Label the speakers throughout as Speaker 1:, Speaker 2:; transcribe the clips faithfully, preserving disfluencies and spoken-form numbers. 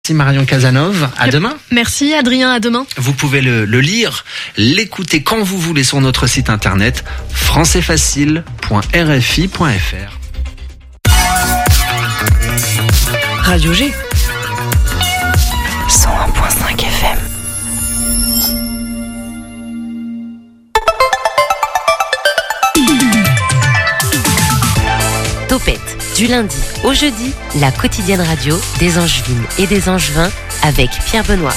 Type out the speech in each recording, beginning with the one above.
Speaker 1: Merci Marion Casanov, à demain.
Speaker 2: Merci Adrien, à demain.
Speaker 1: Vous pouvez le, le lire, l'écouter quand vous voulez sur notre site internet français facile point r f i point f r.
Speaker 3: Radio G cent un virgule cinq F M.
Speaker 4: Topette, du lundi au jeudi, la quotidienne radio des Angevines et des Angevins avec Pierre Benoît.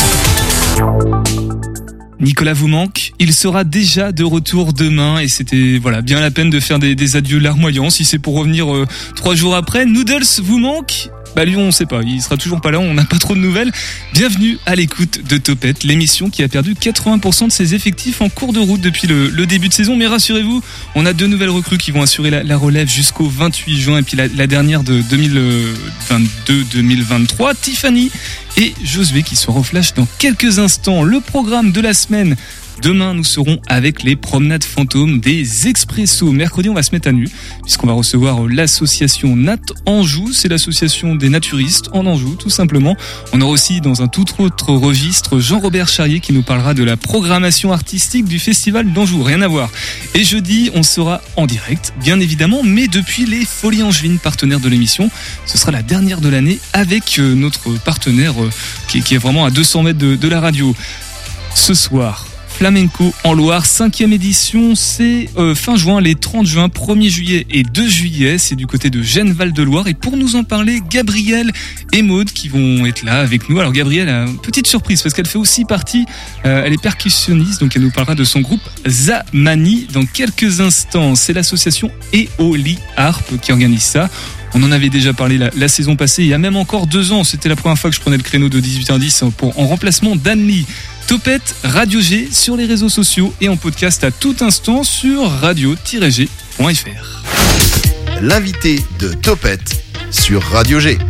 Speaker 5: Nicolas vous manque, il sera déjà de retour demain et c'était voilà bien la peine de faire des, des adieux larmoyants si c'est pour revenir euh, trois jours après. Noodles vous manque ? Bah lui on sait pas, il sera toujours pas là, on n'a pas trop de nouvelles. Bienvenue à l'écoute de Topette, l'émission qui a perdu quatre-vingts pour cent de ses effectifs en cours de route depuis le, le début de saison. Mais rassurez-vous, on a deux nouvelles recrues qui vont assurer la, la relève jusqu'au vingt-huit juin et puis la, la dernière de deux mille vingt-deux deux mille vingt-trois, Tiffany et Josué qui seront au flash dans quelques instants. Le programme de la semaine. Demain, nous serons avec les promenades fantômes des Expressos. Mercredi, on va se mettre à nu, puisqu'on va recevoir l'association Nat Anjou. C'est l'association des naturistes en Anjou, tout simplement. On aura aussi, dans un tout autre registre, Jean-Robert Charrier qui nous parlera de la programmation artistique du Festival d'Anjou. Rien à voir. Et jeudi, on sera en direct, bien évidemment, mais depuis les Folies Angevines, partenaires de l'émission. Ce sera la dernière de l'année avec notre partenaire qui est vraiment à deux cents mètres de, de la radio. Ce soir, Flamenco en Loire, cinquième édition, c'est euh, fin juin, les trente juin, premier juillet et deux juillet, c'est du côté de Gênes-Val-de-Loire. Et pour nous en parler, Gabrielle et Maude qui vont être là avec nous. Alors Gabrielle a une petite surprise parce qu'elle fait aussi partie, euh, elle est percussionniste, donc elle nous parlera de son groupe Zamani dans quelques instants. C'est l'association Eoli Harp qui organise ça. On en avait déjà parlé la, la saison passée, il y a même encore deux ans, c'était la première fois que je prenais le créneau de dix-huit heures dix pour, en remplacement d'Anne-Lee. Topette, Radio G sur les réseaux sociaux et en podcast à tout instant sur radio tiret g point f r.
Speaker 6: L'invité de Topette sur Radio G.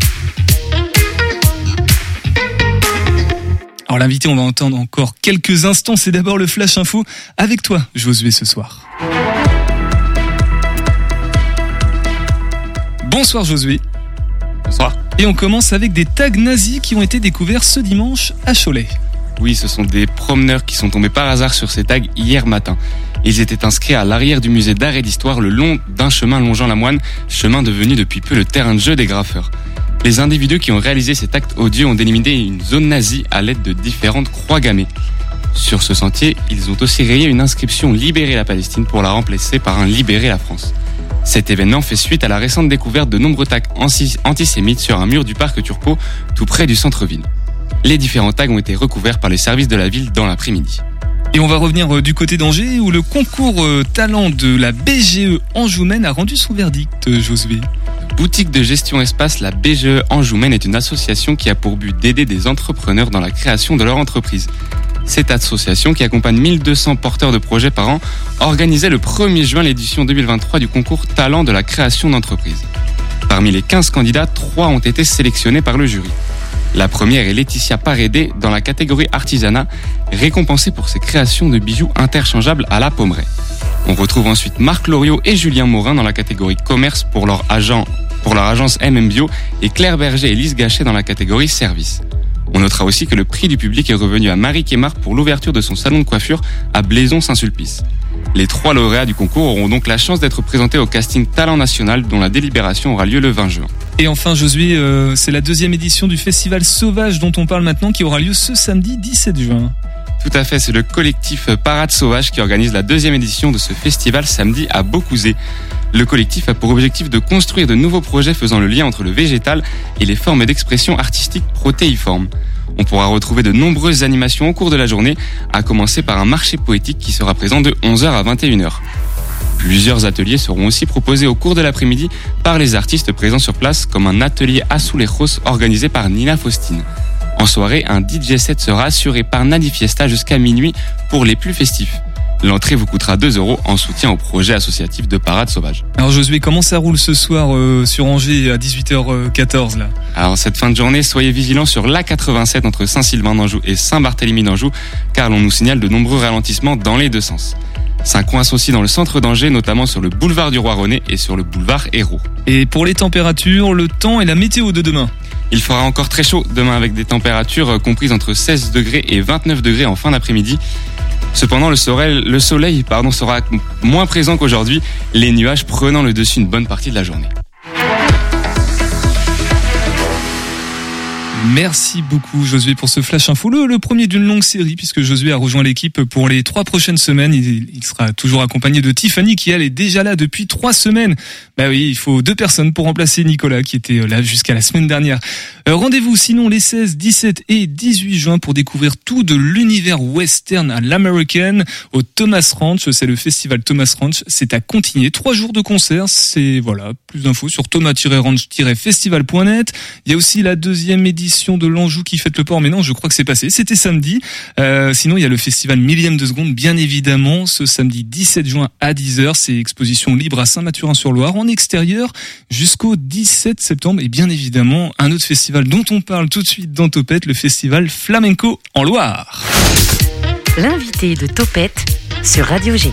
Speaker 5: Alors l'invité, on va entendre encore quelques instants, c'est d'abord le Flash Info avec toi, Josué, ce soir. Bonsoir Josué.
Speaker 7: Bonsoir.
Speaker 5: Et on commence avec des tags nazis qui ont été découverts ce dimanche à Cholet.
Speaker 7: Oui, ce sont des promeneurs qui sont tombés par hasard sur ces tags hier matin. Ils étaient inscrits à l'arrière du musée d'art et d'histoire le long d'un chemin longeant la Moine, chemin devenu depuis peu le terrain de jeu des graffeurs. Les individus qui ont réalisé cet acte odieux ont délimité une zone nazie à l'aide de différentes croix gammées. Sur ce sentier, ils ont aussi rayé une inscription « Libérer la Palestine » pour la remplacer par un « Libérer la France ». Cet événement fait suite à la récente découverte de nombreux tags antisémites sur un mur du parc Turpot, tout près du centre-ville. Les différents tags ont été recouverts par les services de la ville dans l'après-midi.
Speaker 5: Et on va revenir du côté d'Angers où le concours talent de la B G E Anjoumaine a rendu son verdict, Josué.
Speaker 7: Boutique de gestion espace, la B G E Anjoumaine est une association qui a pour but d'aider des entrepreneurs dans la création de leur entreprise. Cette association, qui accompagne mille deux cents porteurs de projets par an, organisait le premier juin l'édition deux mille vingt-trois du concours talent de la création d'entreprise. Parmi les quinze candidats, trois ont été sélectionnés par le jury. La première est Laetitia Parédé dans la catégorie artisanat, récompensée pour ses créations de bijoux interchangeables à la pommeraie. On retrouve ensuite Marc Loriot et Julien Morin dans la catégorie commerce pour leur, agent, pour leur agence M M Bio et Claire Berger et Lise Gachet dans la catégorie service. On notera aussi que le prix du public est revenu à Marie Kémar pour l'ouverture de son salon de coiffure à Blaison-Saint-Sulpice. Les trois lauréats du concours auront donc la chance d'être présentés au casting Talent National dont la délibération aura lieu le vingt juin.
Speaker 5: Et enfin Josué, euh, c'est la deuxième édition du Festival Sauvage dont on parle maintenant qui aura lieu ce samedi dix-sept juin.
Speaker 7: Tout à fait, c'est le collectif Parade Sauvage qui organise la deuxième édition de ce festival samedi à Beaucouzé. Le collectif a pour objectif de construire de nouveaux projets faisant le lien entre le végétal et les formes d'expression artistique protéiformes. On pourra retrouver de nombreuses animations au cours de la journée, à commencer par un marché poétique qui sera présent de onze heures à vingt et une heures. Plusieurs ateliers seront aussi proposés au cours de l'après-midi par les artistes présents sur place, comme un atelier Azulejos organisé par Nina Faustine. En soirée, un D J set sera assuré par Nadi Fiesta jusqu'à minuit pour les plus festifs. L'entrée vous coûtera deux euros en soutien au projet associatif de Parade Sauvage.
Speaker 5: Alors Josué, comment ça roule ce soir euh, sur Angers à dix-huit heures quatorze là ?
Speaker 7: Alors cette fin de journée, soyez vigilants sur l'A quatre-vingt-sept entre Saint-Sylvain d'Anjou et Saint-Barthélemy d'Anjou, car l'on nous signale de nombreux ralentissements dans les deux sens. Ça coince aussi dans le centre d'Angers, notamment sur le boulevard du Roi René et sur le boulevard Hérault.
Speaker 5: Et pour les températures, le temps et la météo de demain ?
Speaker 7: Il fera encore très chaud demain avec des températures comprises entre seize degrés et vingt-neuf degrés en fin d'après-midi. Cependant, le soleil, le soleil pardon, sera moins présent qu'aujourd'hui, les nuages prenant le dessus une bonne partie de la journée.
Speaker 5: Merci beaucoup Josué pour ce flash info, le, le premier d'une longue série puisque Josué a rejoint l'équipe pour les trois prochaines semaines. Il, il sera toujours accompagné de Tiffany qui elle est déjà là depuis trois semaines. Bah oui, il faut deux personnes pour remplacer Nicolas qui était là jusqu'à la semaine dernière. Euh, rendez-vous sinon les seize, dix-sept et dix-huit juin pour découvrir tout de l'univers western à l'American au Thomas Ranch. C'est le festival Thomas Ranch. C'est à continuer. Trois jours de concert. C'est voilà, plus d'infos sur thomas ranch festival point net. Il y a aussi la deuxième édition de l'Anjou qui fête le port, mais non, je crois que c'est passé. C'était samedi. Euh, sinon, il y a le festival Millième de seconde, bien évidemment, ce samedi dix-sept juin à dix heures. C'est exposition libre à Saint-Mathurin-sur-Loire en extérieur jusqu'au dix-sept septembre. Et bien évidemment, un autre festival dont on parle tout de suite dans Topette, le festival Flamenco en Loire.
Speaker 4: L'invité de Topette sur Radio G.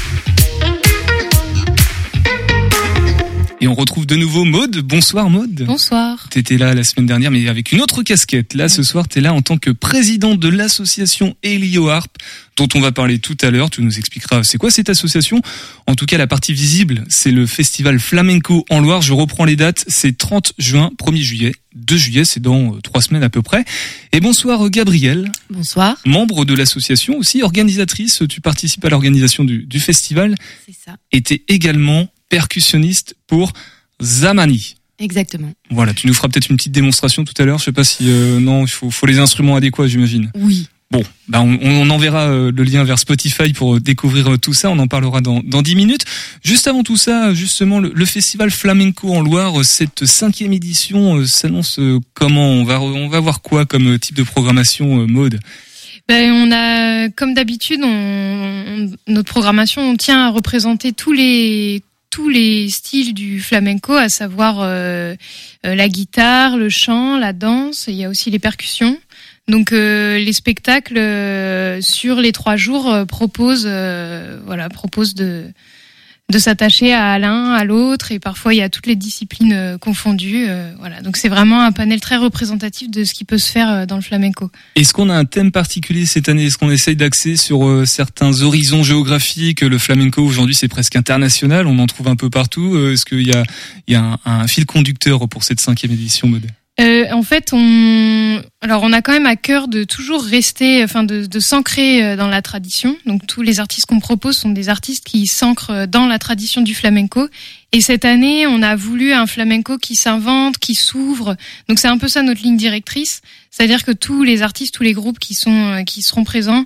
Speaker 5: Et on retrouve de nouveau Maude. Bonsoir Maude.
Speaker 2: Bonsoir.
Speaker 5: T'étais là la semaine dernière, mais avec une autre casquette. Là, ce soir, t'es là en tant que présidente de l'association Helioharp, dont on va parler tout à l'heure. Tu nous expliqueras c'est quoi cette association. En tout cas, la partie visible, c'est le festival Flamenco en Loire. Je reprends les dates. C'est trente juin, premier juillet. deux juillet, c'est dans trois semaines à peu près. Et bonsoir Gabrielle.
Speaker 2: Bonsoir.
Speaker 5: Membre de l'association aussi, organisatrice. Tu participes à l'organisation du, du festival.
Speaker 2: C'est ça.
Speaker 5: Et t'es également percussionniste pour Zamani.
Speaker 2: Exactement.
Speaker 5: Voilà, tu nous feras peut-être une petite démonstration tout à l'heure. Je sais pas si euh, non, il faut, faut les instruments adéquats, j'imagine.
Speaker 2: Oui.
Speaker 5: Bon, bah on, on enverra euh, le lien vers Spotify pour découvrir euh, tout ça. On en parlera dans dans dix minutes. Juste avant tout ça, justement, le, le festival Flamenco en Loire, cette cinquième édition euh, s'annonce euh, comment ? On va on va voir quoi comme type de programmation, euh, Maude ?
Speaker 2: Ben, on a, comme d'habitude, on, on, notre programmation, on tient à représenter tous les tous les styles du flamenco, à savoir euh, euh, la guitare, le chant, la danse. Il y a aussi les percussions. Donc euh, les spectacles euh, sur les trois jours euh, proposent, euh, voilà, proposent de de s'attacher à l'un, à l'autre, et parfois il y a toutes les disciplines euh, confondues. Euh, voilà, donc c'est vraiment un panel très représentatif de ce qui peut se faire euh, dans le flamenco.
Speaker 5: Est-ce qu'on a un thème particulier cette année ? Est-ce qu'on essaye d'axer sur euh, certains horizons géographiques ? Le flamenco aujourd'hui c'est presque international, on en trouve un peu partout. Euh, est-ce qu'il y a il y a un, un fil conducteur pour cette cinquième édition, Maude ?
Speaker 2: Euh, en fait, on, alors on a quand même à cœur de toujours rester, enfin de, de s'ancrer dans la tradition. Donc tous les artistes qu'on propose sont des artistes qui s'ancrent dans la tradition du flamenco. Et cette année, on a voulu un flamenco qui s'invente, qui s'ouvre. Donc c'est un peu ça notre ligne directrice, c'est-à-dire que tous les artistes, tous les groupes qui sont, qui seront présents,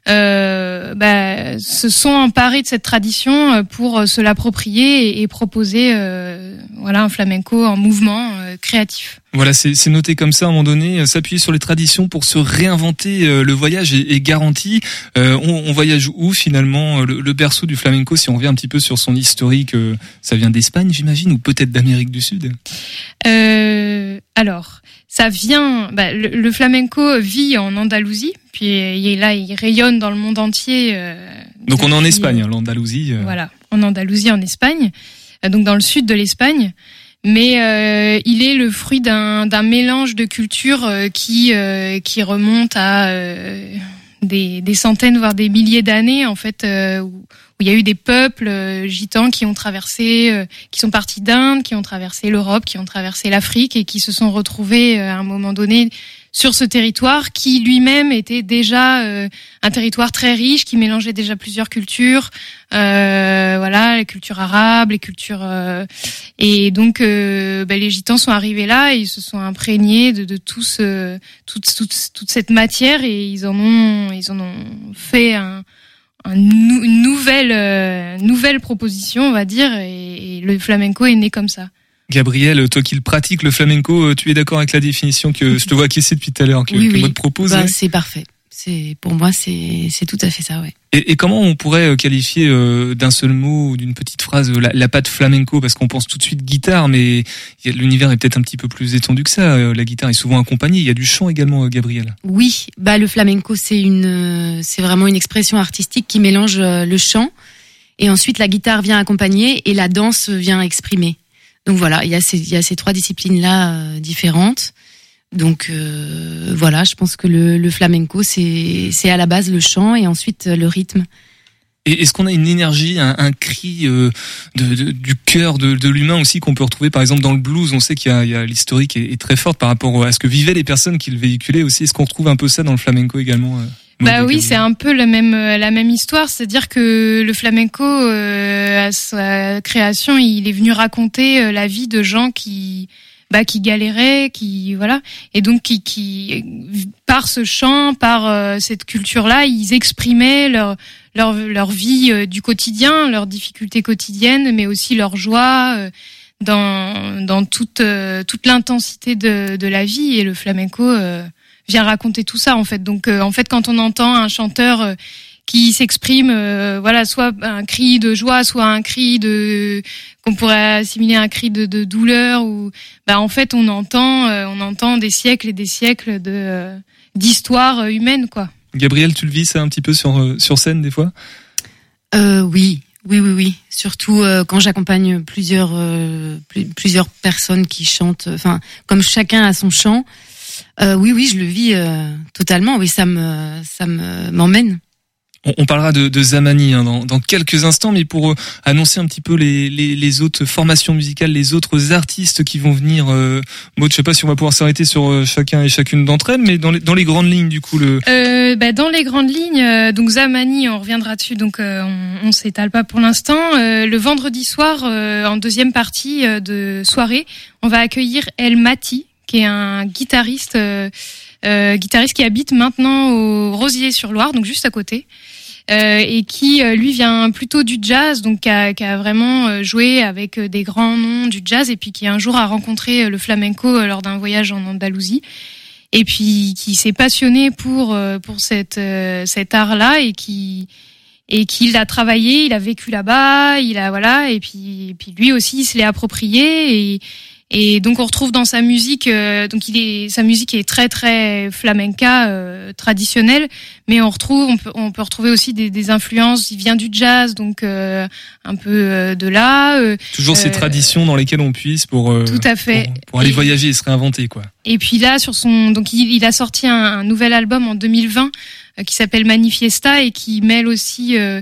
Speaker 2: euh, bah, se sont emparés de cette tradition pour se l'approprier et, et proposer, euh, voilà, un flamenco en mouvement, euh, créatif.
Speaker 5: Voilà, c'est, c'est noté comme ça à un moment donné, s'appuyer sur les traditions pour se réinventer. Euh, le voyage est, est garanti. Euh, on, on voyage où finalement ? le, le berceau du flamenco, si on revient un petit peu sur son historique, euh, ça vient d'Espagne, j'imagine, ou peut-être d'Amérique du Sud ?
Speaker 2: euh, Alors, ça vient. Bah, le, le flamenco vit en Andalousie, puis il est là, il rayonne dans le monde entier. Euh,
Speaker 5: donc on est en
Speaker 2: depuis,
Speaker 5: Espagne, hein, l'Andalousie. Euh...
Speaker 2: Voilà, en Andalousie, en Espagne, euh, donc dans le sud de l'Espagne. Mais euh, il est le fruit d'un, d'un mélange de cultures euh, qui euh, qui remonte à euh, des, des centaines voire des milliers d'années en fait, euh, où, où il y a eu des peuples euh, gitans qui ont traversé, euh, qui sont partis d'Inde, qui ont traversé l'Europe, qui ont traversé l'Afrique et qui se sont retrouvés euh, à un moment donné sur ce territoire qui lui-même était déjà euh, un territoire très riche, qui mélangeait déjà plusieurs cultures, euh, voilà, les cultures arabes, les cultures euh, et donc euh, ben, les gitans sont arrivés là et ils se sont imprégnés de, de tout ce, toute, toute, toute cette matière et ils en ont, ils en ont fait un, un nou, une nouvelle, euh, nouvelle proposition, on va dire, et, et le flamenco est né comme ça.
Speaker 5: Gabrielle, toi qui le pratiques, le flamenco, tu es d'accord avec la définition que je te vois acquiescer depuis tout à l'heure, que,
Speaker 8: oui,
Speaker 5: que
Speaker 8: oui.
Speaker 5: Maude propose
Speaker 8: Bah, c'est parfait. C'est, pour moi, c'est, c'est tout à fait ça, ouais.
Speaker 5: Et, et comment on pourrait qualifier euh, d'un seul mot ou d'une petite phrase la, la patte flamenco ? Parce qu'on pense tout de suite guitare, mais y a, l'univers est peut-être un petit peu plus étendu que ça. Euh, la guitare est souvent accompagnée. Il y a du chant également, euh, Gabrielle.
Speaker 8: Oui, bah le flamenco, c'est une, c'est vraiment une expression artistique qui mélange le chant et ensuite la guitare vient accompagner et la danse vient exprimer. Donc voilà, il y a ces, il y a ces trois disciplines-là euh, différentes. Donc euh, voilà, je pense que le, le flamenco, c'est, c'est à la base le chant et ensuite le rythme.
Speaker 5: Et est-ce qu'on a une énergie, un, un cri euh, de, de, du cœur de, de l'humain aussi qu'on peut retrouver par exemple dans le blues? On sait qu'il y a, il y a l'historique est, est très forte par rapport à ce que vivaient les personnes qui le véhiculaient aussi. Est-ce qu'on retrouve un peu ça dans le flamenco également? euh,
Speaker 2: Bah oui, c'est un peu la même la même histoire, c'est-à-dire que le flamenco, euh, à sa création, il est venu raconter la vie de gens qui bah qui galéraient, qui voilà, et donc qui qui par ce chant, par euh, cette culture-là, ils exprimaient leur leur leur vie euh, du quotidien, leurs difficultés quotidiennes, mais aussi leur joie euh, dans dans toute euh, toute l'intensité de de la vie. Et le flamenco euh, vient raconter tout ça en fait. Donc euh, en fait, quand on entend un chanteur euh, qui s'exprime, euh, voilà, soit un cri de joie, soit un cri de qu'on pourrait assimiler à un cri de, de douleur, ou bah en fait on entend, euh, on entend des siècles et des siècles de euh, d'histoire humaine, quoi.
Speaker 5: Gabriel, tu le vis ça un petit peu sur euh, sur scène des fois?
Speaker 8: Euh, oui, oui, oui, oui. Surtout euh, quand j'accompagne plusieurs euh, plus, plusieurs personnes qui chantent. Enfin, comme chacun a son chant. Euh, oui, oui, je le vis euh, totalement. Oui, ça me ça me m'emmène.
Speaker 5: On parlera de, de Zamani hein, dans, dans quelques instants, mais pour euh, annoncer un petit peu les, les, les autres formations musicales, les autres artistes qui vont venir. Euh, Maud, je sais pas si on va pouvoir s'arrêter sur euh, chacun et chacune d'entre elles, mais dans les, dans les grandes lignes du coup. Le...
Speaker 2: Euh, bah, dans les grandes lignes, euh, donc Zamani, on reviendra dessus, donc euh, on, on s'étale pas pour l'instant. Euh, le vendredi soir, euh, en deuxième partie euh, de soirée, on va accueillir El Mati, qui est un guitariste, euh, euh, guitariste qui habite maintenant au Rosier-sur-Loire, donc juste à côté. Euh, et qui euh, lui vient plutôt du jazz, donc qui a, qui a vraiment euh, joué avec euh, des grands noms du jazz, et puis qui un jour a rencontré euh, le flamenco euh, lors d'un voyage en Andalousie, et puis qui s'est passionné pour euh, pour cette euh, cet art-là, et qui et qui l'a travaillé, il a vécu là-bas, il a voilà, et puis et puis lui aussi il se l'est approprié, et Et donc on retrouve dans sa musique, euh, donc il est, sa musique est très très flamenca euh, traditionnelle, mais on retrouve, on peut, on peut retrouver aussi des, des influences. Il vient du jazz, donc euh, un peu euh, de là. Euh,
Speaker 5: Toujours ces
Speaker 2: euh,
Speaker 5: traditions dans lesquelles on puise pour euh,
Speaker 2: tout à fait
Speaker 5: pour, pour aller
Speaker 2: et,
Speaker 5: voyager et se réinventer quoi.
Speaker 2: Et puis là sur son, donc il, il a sorti un, un nouvel album en deux mille vingt euh, qui s'appelle Manifesta, et qui mêle aussi euh,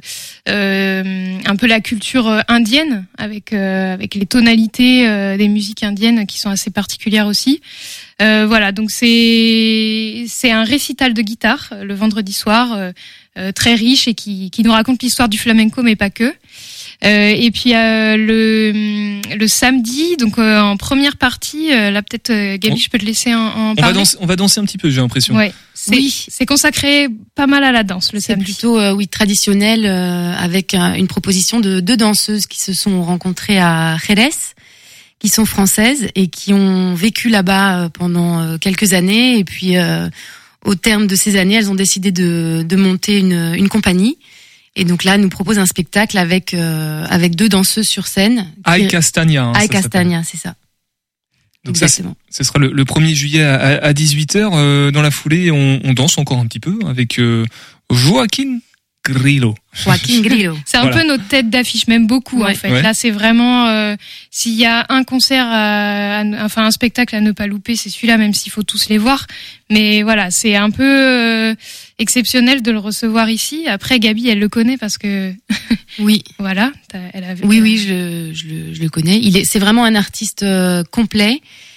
Speaker 2: euh, un peu la culture indienne avec euh, avec les tonalités euh, des musiques indiennes qui sont assez particulières aussi. Euh, voilà, donc c'est c'est un récital de guitare euh, le vendredi soir, euh, euh, très riche, et qui qui nous raconte l'histoire du flamenco, mais pas que. Euh, et puis euh, le le samedi, donc euh, en première partie, euh, là peut-être euh, Gabi,
Speaker 5: on,
Speaker 2: je peux te laisser en, en
Speaker 5: on
Speaker 2: parler.
Speaker 5: Va danser, on va danser un petit peu, j'ai l'impression.
Speaker 2: Ouais, c'est oui. c'est consacré pas mal à la danse le
Speaker 8: c'est
Speaker 2: samedi.
Speaker 8: Plutôt euh, oui traditionnel, euh, avec un, une proposition de deux danseuses qui se sont rencontrées à Jerez, qui sont françaises et qui ont vécu là-bas pendant quelques années, et puis euh, au terme de ces années, elles ont décidé de, de monter une, une compagnie. Et donc là, elles nous proposent un spectacle avec euh, avec deux danseuses sur scène.
Speaker 5: Ay Castagna. Hein,
Speaker 8: Ay Castagna, c'est ça.
Speaker 5: Donc
Speaker 8: exactement.
Speaker 5: Ça, ce sera le, le premier juillet à, à dix-huit heures. Euh, dans la foulée, on, on danse encore un petit peu avec euh, Joaquin Grillo.
Speaker 8: Joaquin Grillo.
Speaker 2: C'est un voilà. peu notre tête d'affiche, même beaucoup ouais. en fait. Ouais. Là, c'est vraiment euh, s'il y a un concert, à, à, enfin un spectacle à ne pas louper, c'est celui-là, même s'il faut tous les voir. Mais voilà, c'est un peu euh, exceptionnel de le recevoir ici. Après, Gabi, elle le connaît parce que
Speaker 8: oui,
Speaker 2: voilà, elle a vu.
Speaker 8: Oui, oui, je, je, le, je le connais. Il est, c'est vraiment un artiste euh, complet.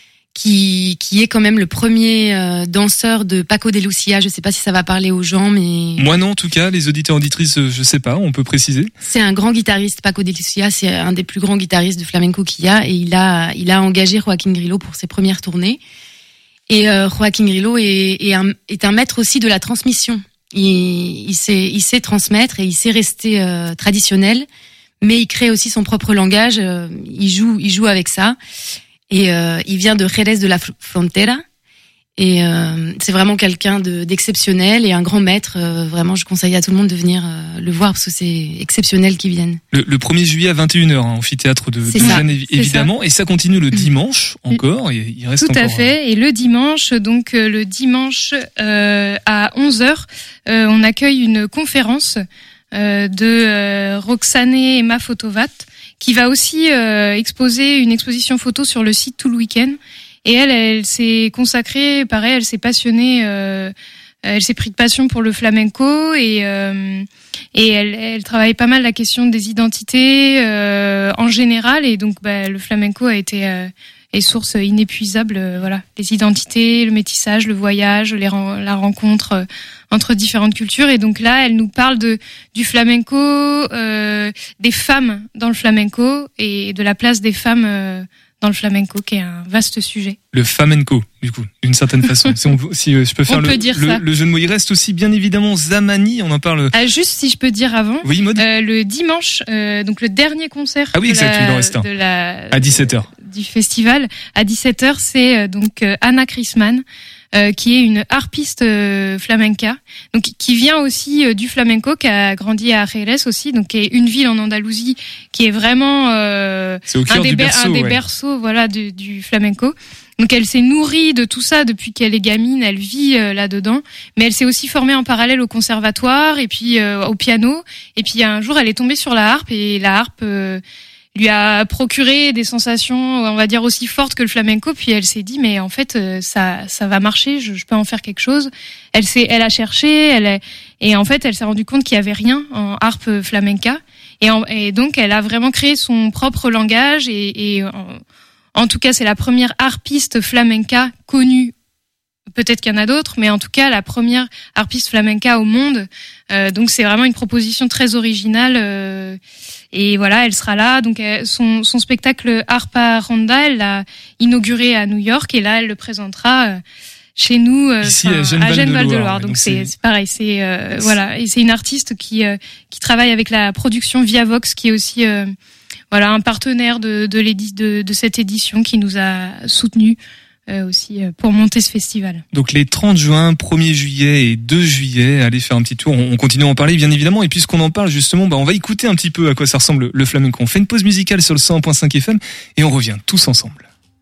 Speaker 8: Qui, qui est quand même le premier euh, danseur de Paco de Lucia. Je sais pas si ça va parler aux gens, mais...
Speaker 5: Moi non, en tout cas, les auditeurs auditrices, je sais pas, on peut préciser.
Speaker 8: C'est un grand guitariste, Paco de Lucia, c'est un des plus grands guitaristes de flamenco qu'il y a, et il a, il a engagé Joaquin Grillo pour ses premières tournées. Et euh, Joaquin Grillo est, est, un, est un maître aussi de la transmission. Il, il, sait, il sait transmettre et il sait rester euh, traditionnel, mais il crée aussi son propre langage, euh, il joue, il joue avec ça. Et euh, il vient de Jerez de la Frontera, et euh, c'est vraiment quelqu'un de, d'exceptionnel et un grand maître. Euh, vraiment, je conseille à tout le monde de venir euh, le voir parce que c'est exceptionnel qu'il vienne.
Speaker 5: Le, le premier juillet à vingt et une heures, hein, amphithéâtre de, de Gênes évidemment, ça. Et ça continue le dimanche encore. Et il reste
Speaker 2: tout
Speaker 5: encore,
Speaker 2: à fait. Et le dimanche, donc euh, le dimanche euh, à onze heures, euh, on accueille une conférence euh, de euh, Roxane Emma Fotovat, qui va aussi euh, exposer une exposition photo sur le site tout le week-end. Et elle, elle s'est consacrée, pareil, elle s'est passionnée, euh, elle s'est pris de passion pour le flamenco et euh, et elle, elle travaille pas mal la question des identités euh, en général. Et donc, bah, le flamenco a été euh, est source inépuisable. Euh, voilà, les identités, le métissage, le voyage, les la rencontre euh, entre différentes cultures. Et donc là, elle nous parle de du flamenco, euh, des femmes dans le flamenco et de la place des femmes euh, dans le flamenco, qui est un vaste sujet.
Speaker 5: Le flamenco, du coup, d'une certaine façon. Si, on, si euh, je peux faire
Speaker 2: on
Speaker 5: le,
Speaker 2: peut dire
Speaker 5: le,
Speaker 2: ça.
Speaker 5: le jeu de mots, il reste aussi bien évidemment Zamani, on en parle.
Speaker 2: Ah, juste si je peux dire avant,
Speaker 5: oui, Maud.
Speaker 2: Euh, le dimanche, euh, donc le dernier concert
Speaker 5: ah oui,
Speaker 2: de,
Speaker 5: exact,
Speaker 2: la,
Speaker 5: il en reste un.
Speaker 2: de la
Speaker 5: à dix-sept heures
Speaker 2: du festival à dix-sept heures, c'est euh, donc euh, Anna Chrisman, euh, qui est une harpiste euh, flamenca, donc qui vient aussi euh, du flamenco, qui a grandi à Jerez aussi, donc qui est une ville en Andalousie qui est vraiment euh,
Speaker 5: c'est au cœur
Speaker 2: un des,
Speaker 5: du
Speaker 2: ber-
Speaker 5: berceau,
Speaker 2: un des
Speaker 5: ouais.
Speaker 2: berceaux, voilà, du, du flamenco. Donc elle s'est nourrie de tout ça depuis qu'elle est gamine, elle vit euh, là-dedans, mais elle s'est aussi formée en parallèle au conservatoire et puis euh, au piano. Et puis un jour, elle est tombée sur la harpe et la harpe euh, lui a procuré des sensations, on va dire, aussi fortes que le flamenco. Puis elle s'est dit, mais en fait, euh, ça ça va marcher, je, je peux en faire quelque chose. Elle s'est, elle a cherché, elle est, et en fait, elle s'est rendue compte qu'il y avait rien en harpe flamenca. Et, en, et donc, elle a vraiment créé son propre langage et, et en, En tout cas, c'est la première harpiste flamenca connue. Peut-être qu'il y en a d'autres, mais en tout cas, la première harpiste flamenca au monde. Euh, donc, c'est vraiment une proposition très originale. Euh, et voilà, elle sera là. Donc, elle, son, son spectacle Harpa Ronda, elle l'a inauguré à New York. Et là, elle le présentera euh, chez nous, euh,
Speaker 5: ici à
Speaker 2: Gênes-Val-de-Loire.
Speaker 5: Donc,
Speaker 2: donc,
Speaker 5: c'est,
Speaker 2: c'est pareil. C'est euh, voilà, et c'est une artiste qui euh, qui travaille avec la production Viavox, qui est aussi euh, voilà, un partenaire de de, de de cette édition, qui nous a soutenus euh, aussi euh, pour monter ce festival.
Speaker 5: Donc les trente juin, premier juillet et deux juillet, allez faire un petit tour. On, on continue à en parler bien évidemment. Et puisqu'on en parle justement, bah on va écouter un petit peu à quoi ça ressemble le flamenco. On fait une pause musicale sur le cent un virgule cinq F M et on revient tous ensemble.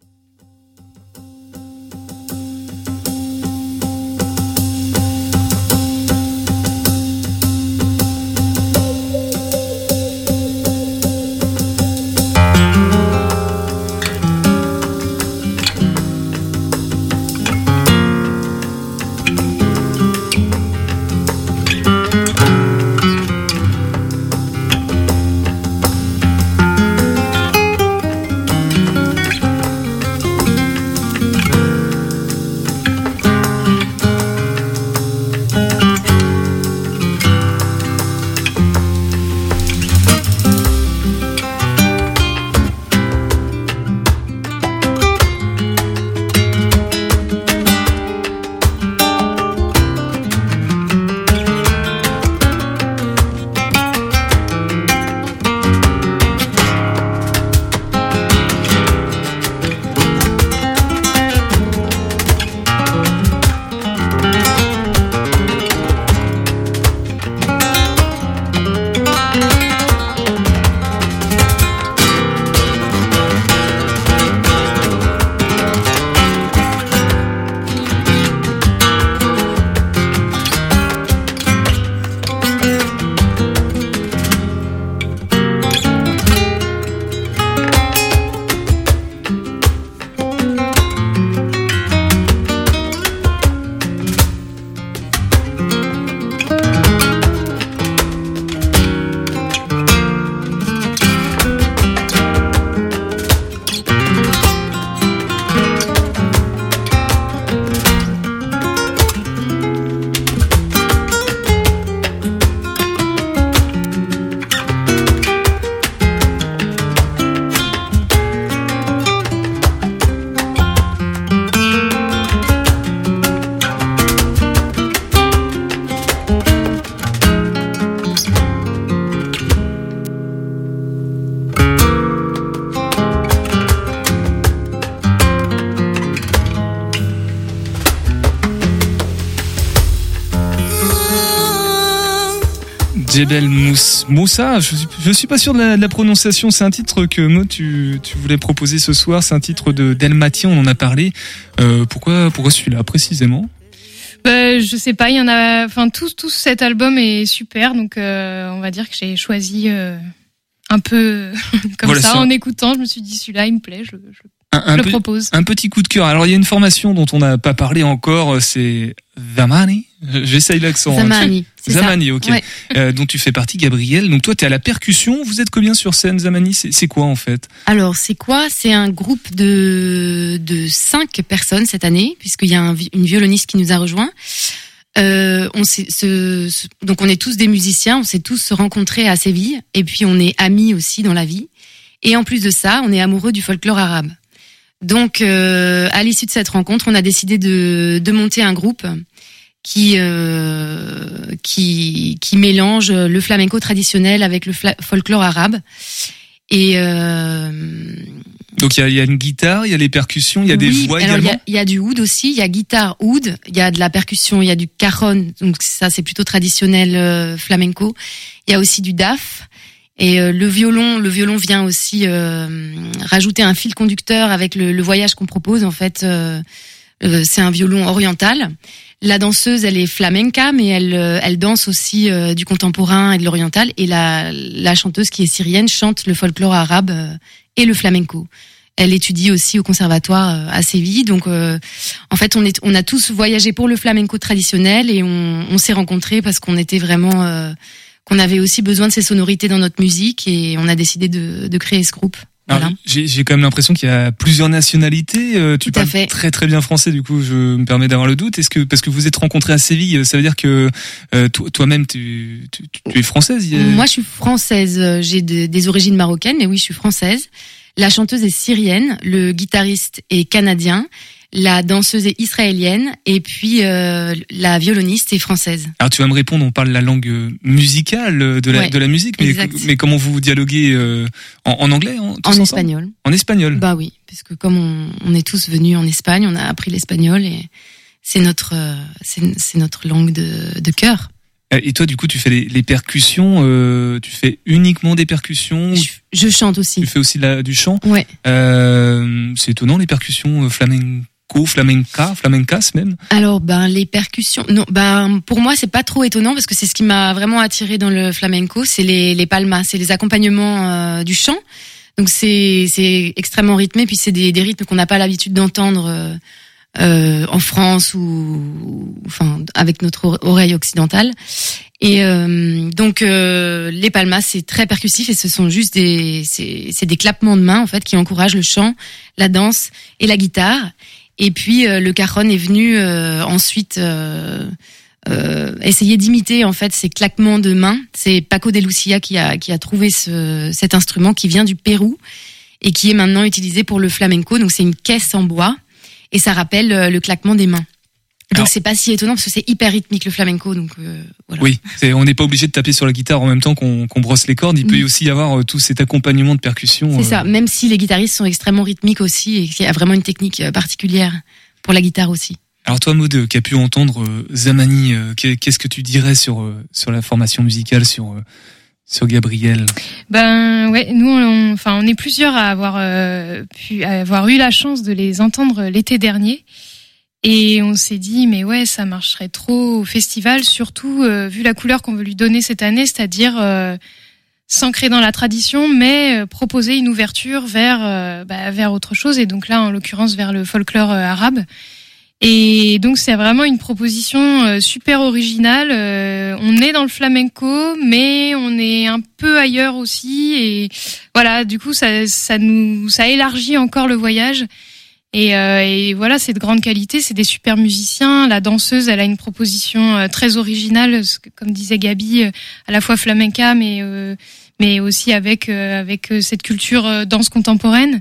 Speaker 5: Djebel Mous, Moussa, je, je suis pas sûr de la, de la prononciation. C'est un titre que Maud, tu, tu voulais proposer ce soir. C'est un titre de Delmati, on en a parlé. Euh, pourquoi, pourquoi celui-là précisément?
Speaker 2: Bah, je sais pas, il y en a. Enfin, tout, tout cet album est super, donc euh, on va dire que j'ai choisi euh, un peu comme voilà, ça en écoutant. Je me suis dit celui-là, il me plaît. Je, je
Speaker 5: Un, un
Speaker 2: je le
Speaker 5: peu-
Speaker 2: propose.
Speaker 5: Un petit coup de cœur. Alors il y a une formation dont on n'a pas parlé encore, c'est Zamani. J'essaye l'accent.
Speaker 8: Zamani, c'est ça.
Speaker 5: Zamani, ok.
Speaker 8: Ouais.
Speaker 5: Euh, dont tu fais partie, Gabriel. Donc toi, t'es à la percussion. Vous êtes combien sur scène, Zamani? C'est, c'est quoi en fait?
Speaker 8: Alors, c'est quoi? C'est un groupe de de cinq personnes cette année, puisqu'il y a un vi- une violoniste qui nous a rejoint. Euh, on s'est, ce, ce- donc on est tous des musiciens, on s'est tous rencontrés à Séville, et puis on est amis aussi dans la vie. Et en plus de ça, on est amoureux du folklore arabe. Donc, euh, à l'issue de cette rencontre, on a décidé de de monter un groupe qui euh, qui qui mélange le flamenco traditionnel avec le fla- folklore arabe. Et euh,
Speaker 5: Donc il y a, il y a une guitare, il y a les percussions, il y a des
Speaker 8: oui,
Speaker 5: voix
Speaker 8: alors il y
Speaker 5: également.
Speaker 8: a, il y a du oud aussi, il y a guitare oud, il y a de la percussion, il y a du cajon, donc ça c'est plutôt traditionnel euh, flamenco. Il y a aussi du daf. Et euh, le violon, le violon vient aussi euh, rajouter un fil conducteur avec le, le voyage qu'on propose. En fait, euh, euh, c'est un violon oriental. La danseuse, elle est flamenca, mais elle, euh, elle danse aussi euh, du contemporain et de l'oriental. Et la, la chanteuse qui est syrienne chante le folklore arabe euh, et le flamenco. Elle étudie aussi au conservatoire euh, à Séville. Donc, euh, en fait, on est, on a tous voyagé pour le flamenco traditionnel et on, on s'est rencontrés parce qu'on était vraiment euh, qu'on avait aussi besoin de ces sonorités dans notre musique et on a décidé de, de créer ce groupe. Voilà.
Speaker 5: Alors, j'ai, j'ai quand même l'impression qu'il y a plusieurs nationalités. Euh, tu
Speaker 8: Tout à
Speaker 5: parles
Speaker 8: fait.
Speaker 5: très très bien français, du coup, je me permets d'avoir le doute. Est-ce que parce que vous êtes rencontrés à Séville, ça veut dire que euh, toi, toi-même tu, tu, tu es française? y a-
Speaker 8: Moi, je suis française. J'ai de- des origines marocaines, mais oui, je suis française. La chanteuse est syrienne, le guitariste est canadien, la danseuse est israélienne et puis euh, la violoniste est française.
Speaker 5: Alors tu vas me répondre, on parle la langue euh, musicale euh, de la
Speaker 8: Ouais,
Speaker 5: de la musique, mais
Speaker 8: exact.
Speaker 5: mais comment vous dialoguez euh, en, en anglais, en, tous
Speaker 8: En
Speaker 5: ensemble
Speaker 8: espagnol.
Speaker 5: En espagnol.
Speaker 8: Bah oui, puisque comme on, on est tous venus en Espagne, on a appris l'espagnol et c'est notre euh, c'est, c'est notre langue de, de cœur.
Speaker 5: Et toi, du coup, tu fais les, les percussions. Euh, tu fais uniquement des percussions.
Speaker 8: Je, je chante aussi.
Speaker 5: Tu fais aussi la, du chant.
Speaker 8: Ouais.
Speaker 5: Euh, c'est étonnant les percussions euh, flamenco, flamenca, flamencas même.
Speaker 8: Alors ben les percussions, non ben pour moi c'est pas trop étonnant parce que c'est ce qui m'a vraiment attiré dans le flamenco, c'est les les palmas, c'est les accompagnements euh, du chant. Donc c'est c'est extrêmement rythmé puis c'est des des rythmes qu'on n'a pas l'habitude d'entendre euh, euh, en France ou, ou enfin avec notre oreille occidentale. Et euh, donc euh, les palmas c'est très percussif et ce sont juste des c'est c'est des clappements de mains en fait qui encouragent le chant, la danse et la guitare. Et puis euh, le cajon est venu euh, ensuite euh, euh, essayer d'imiter en fait ces claquements de mains. C'est Paco de Lucia qui a qui a trouvé ce, cet instrument qui vient du Pérou et qui est maintenant utilisé pour le flamenco. Donc c'est une caisse en bois et ça rappelle euh, le claquement des mains. Donc
Speaker 5: Alors-
Speaker 8: c'est pas si étonnant parce que c'est hyper rythmique le flamenco. Donc euh, voilà.
Speaker 5: Oui, c'est, on n'est pas obligé de taper sur la guitare en même temps qu'on, qu'on brosse les cordes. Il peut y
Speaker 8: Mm.
Speaker 5: aussi y avoir euh, tout cet accompagnement de percussion.
Speaker 8: C'est
Speaker 5: euh,
Speaker 8: ça. Même si les guitaristes sont extrêmement rythmiques aussi et qu'il y a vraiment une technique euh, particulière pour la guitare aussi.
Speaker 5: Alors toi, Maud, euh, qui a pu entendre euh, Zamani, euh, qu'est- qu'est-ce que tu dirais sur euh, sur la formation musicale, sur euh, sur Gabriel?
Speaker 2: Ben ouais, nous, on, enfin, on est plusieurs à avoir euh, pu à avoir eu la chance de les entendre l'été dernier, et on s'est dit mais ouais, ça marcherait trop au festival, surtout euh, vu la couleur qu'on veut lui donner cette année, c'est-à-dire euh, s'ancrer dans la tradition, mais euh, proposer une ouverture vers euh, bah, vers autre chose, et donc là, en l'occurrence, vers le folklore euh, arabe. Et donc c'est vraiment une proposition euh, super originale. Euh, on est dans le flamenco, mais on est un peu ailleurs aussi. Et voilà, du coup ça, ça nous, ça élargit encore le voyage. Et, euh, et voilà, c'est de grande qualité, c'est des super musiciens. La danseuse, elle a une proposition euh, très originale, comme disait Gabi, euh, à la fois flamenca, mais euh, mais aussi avec euh, avec euh, cette culture euh, danse contemporaine.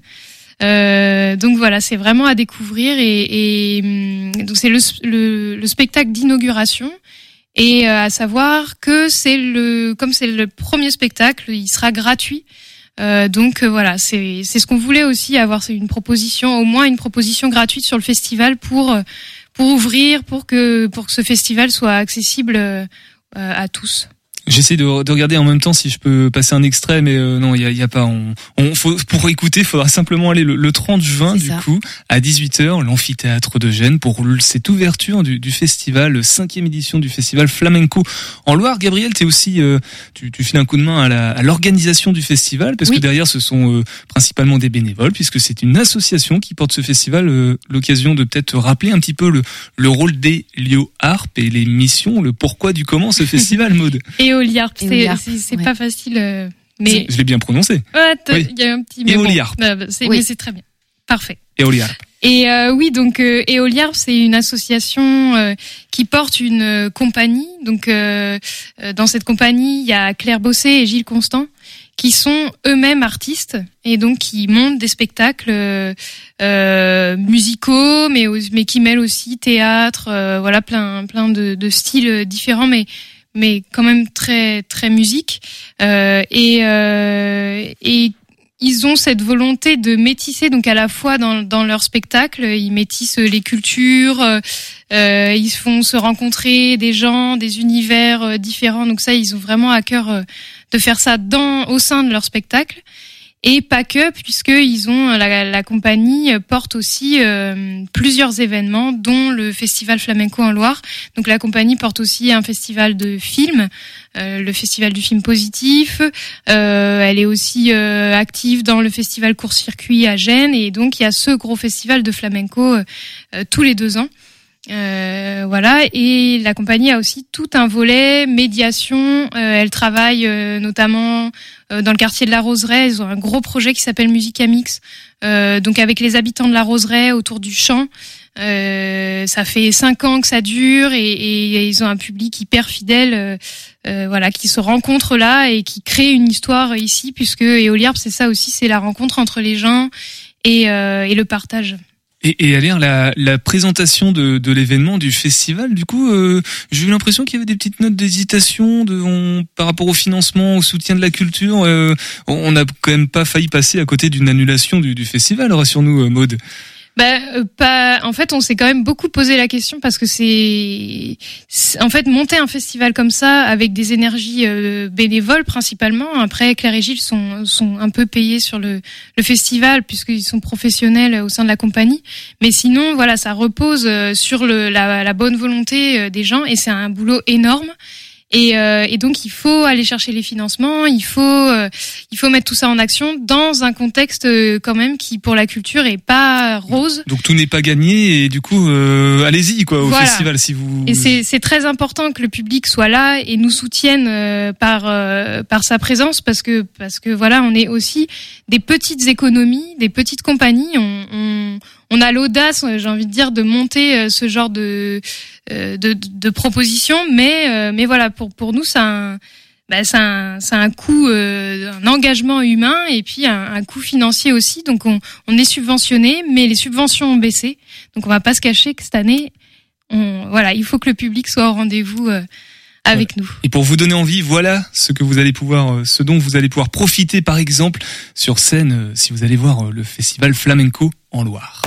Speaker 2: Euh, donc voilà, c'est vraiment à découvrir, et, et hum, donc c'est le, le, le spectacle d'inauguration, et euh, à savoir que c'est le comme c'est le premier spectacle, il sera gratuit. Euh, donc euh, voilà, c'est c'est ce qu'on voulait aussi, avoir une proposition, au moins une proposition gratuite sur le festival pour euh, pour ouvrir, pour que pour que ce festival soit accessible euh, à tous.
Speaker 5: J'essaie de, de regarder en même temps si je peux passer un extrait, mais euh, non, il y a, y a pas. On, on faut, pour écouter, il faudra simplement aller le, le trente juin,
Speaker 8: C'est
Speaker 5: du
Speaker 8: ça.
Speaker 5: coup, à dix-huit heures, l'amphithéâtre de Gênes, pour cette ouverture du, du festival, cinquième édition du festival Flamenco en Loire. Gabriel, t'es aussi, euh, tu, tu files un coup de main à, la, à l'organisation du festival, parce
Speaker 8: Oui.
Speaker 5: que derrière, ce sont euh, principalement des bénévoles, puisque c'est une association qui porte ce festival. Euh, l'occasion de peut-être rappeler un petit peu le, le rôle des Lio-Harp et les missions, le pourquoi du comment ce festival, Maud.
Speaker 2: Éoliarp, c'est,
Speaker 8: Éoliarp,
Speaker 2: c'est, c'est
Speaker 8: ouais.
Speaker 2: pas facile, euh, mais
Speaker 5: Je l'ai bien prononcé.
Speaker 2: ouais, t'as-
Speaker 5: Oui.
Speaker 2: il y a un petit mais bon,
Speaker 5: Éoliarp.
Speaker 2: euh, c'est,
Speaker 8: Oui.
Speaker 2: mais c'est très bien, parfait.
Speaker 5: Éoliarp.
Speaker 2: Et euh, oui, donc euh, Éoliarp, c'est une association euh, qui porte une euh, compagnie. Donc euh, euh, dans cette compagnie, il y a Claire Bossé et Gilles Constant qui sont eux-mêmes artistes et donc qui montent des spectacles euh, euh, musicaux, mais au- mais qui mêlent aussi théâtre, euh, voilà, plein plein de, de styles différents, mais mais quand même très très musique. Euh, et euh, et ils ont cette volonté de métisser, donc à la fois dans, dans leur spectacle, ils métissent les cultures, euh, ils font se rencontrer des gens, des univers euh, différents. Donc ça, ils ont vraiment à cœur euh, de faire ça dans au sein de leur spectacle. Et pas que, puisqu'ils ont la, la compagnie porte aussi euh, plusieurs événements, dont le festival flamenco en Loire. Donc la compagnie porte aussi un festival de films, euh, le festival du film positif. Euh, elle est aussi euh, active dans le festival court-circuit à Gênes, et donc il y a ce gros festival de flamenco euh, euh, tous les deux ans. Euh, voilà, et la compagnie a aussi tout un volet médiation. Euh, elle travaille euh, notamment euh, dans le quartier de la Roseraie. Ils ont un gros projet qui s'appelle Musica Mix, euh, donc avec les habitants de la Roseraie autour du chant. Euh, ça fait cinq ans que ça dure, et, et ils ont un public hyper fidèle, euh, euh, voilà, qui se rencontre là et qui crée une histoire ici, puisque Éoliarp, c'est ça aussi, c'est la rencontre entre les gens et, euh, et le partage.
Speaker 5: Et, et à lire la, la présentation de, de l'événement du festival, du coup, euh, j'ai eu l'impression qu'il y avait des petites notes d'hésitation de, on, par rapport au financement, au soutien de la culture. Euh, on n'a quand même pas failli passer à côté d'une annulation du, du festival, rassure-nous, Maud.
Speaker 2: Bah, euh, pas. En fait, on s'est quand même beaucoup posé la question, parce que c'est, c'est en fait monter un festival comme ça avec des énergies euh, bénévoles principalement. Après, Claire et Gilles sont sont un peu payés sur le le festival puisqu'ils sont professionnels au sein de la compagnie. Mais sinon, voilà, ça repose euh, sur le la, la bonne volonté euh, des gens, et c'est un boulot énorme. Et, euh, et donc il faut aller chercher les financements, il faut euh, il faut mettre tout ça en action dans un contexte euh, quand même qui pour la culture est pas rose.
Speaker 5: Donc tout n'est pas gagné, et du coup, euh, allez-y quoi au
Speaker 2: Voilà.
Speaker 5: festival si vous.
Speaker 2: Et c'est c'est très important que le public soit là et nous soutienne euh, par euh, par sa présence, parce que parce que voilà, on est aussi des petites économies, des petites compagnies. On on, on a l'audace, j'ai envie de dire, de monter euh, ce genre de de, de, de propositions, mais euh, mais voilà, pour pour nous, c'est un bah, c'est un c'est un coût, euh, un engagement humain, et puis un, un coût financier aussi. Donc on on est subventionné, mais les subventions ont baissé. Donc on va pas se cacher que cette année, on voilà, il faut que le public soit au rendez-vous euh, avec
Speaker 5: voilà.
Speaker 2: nous.
Speaker 5: Et pour vous donner envie, voilà ce que vous allez pouvoir, ce dont vous allez pouvoir profiter, par exemple sur scène, si vous allez voir le festival flamenco en Loire.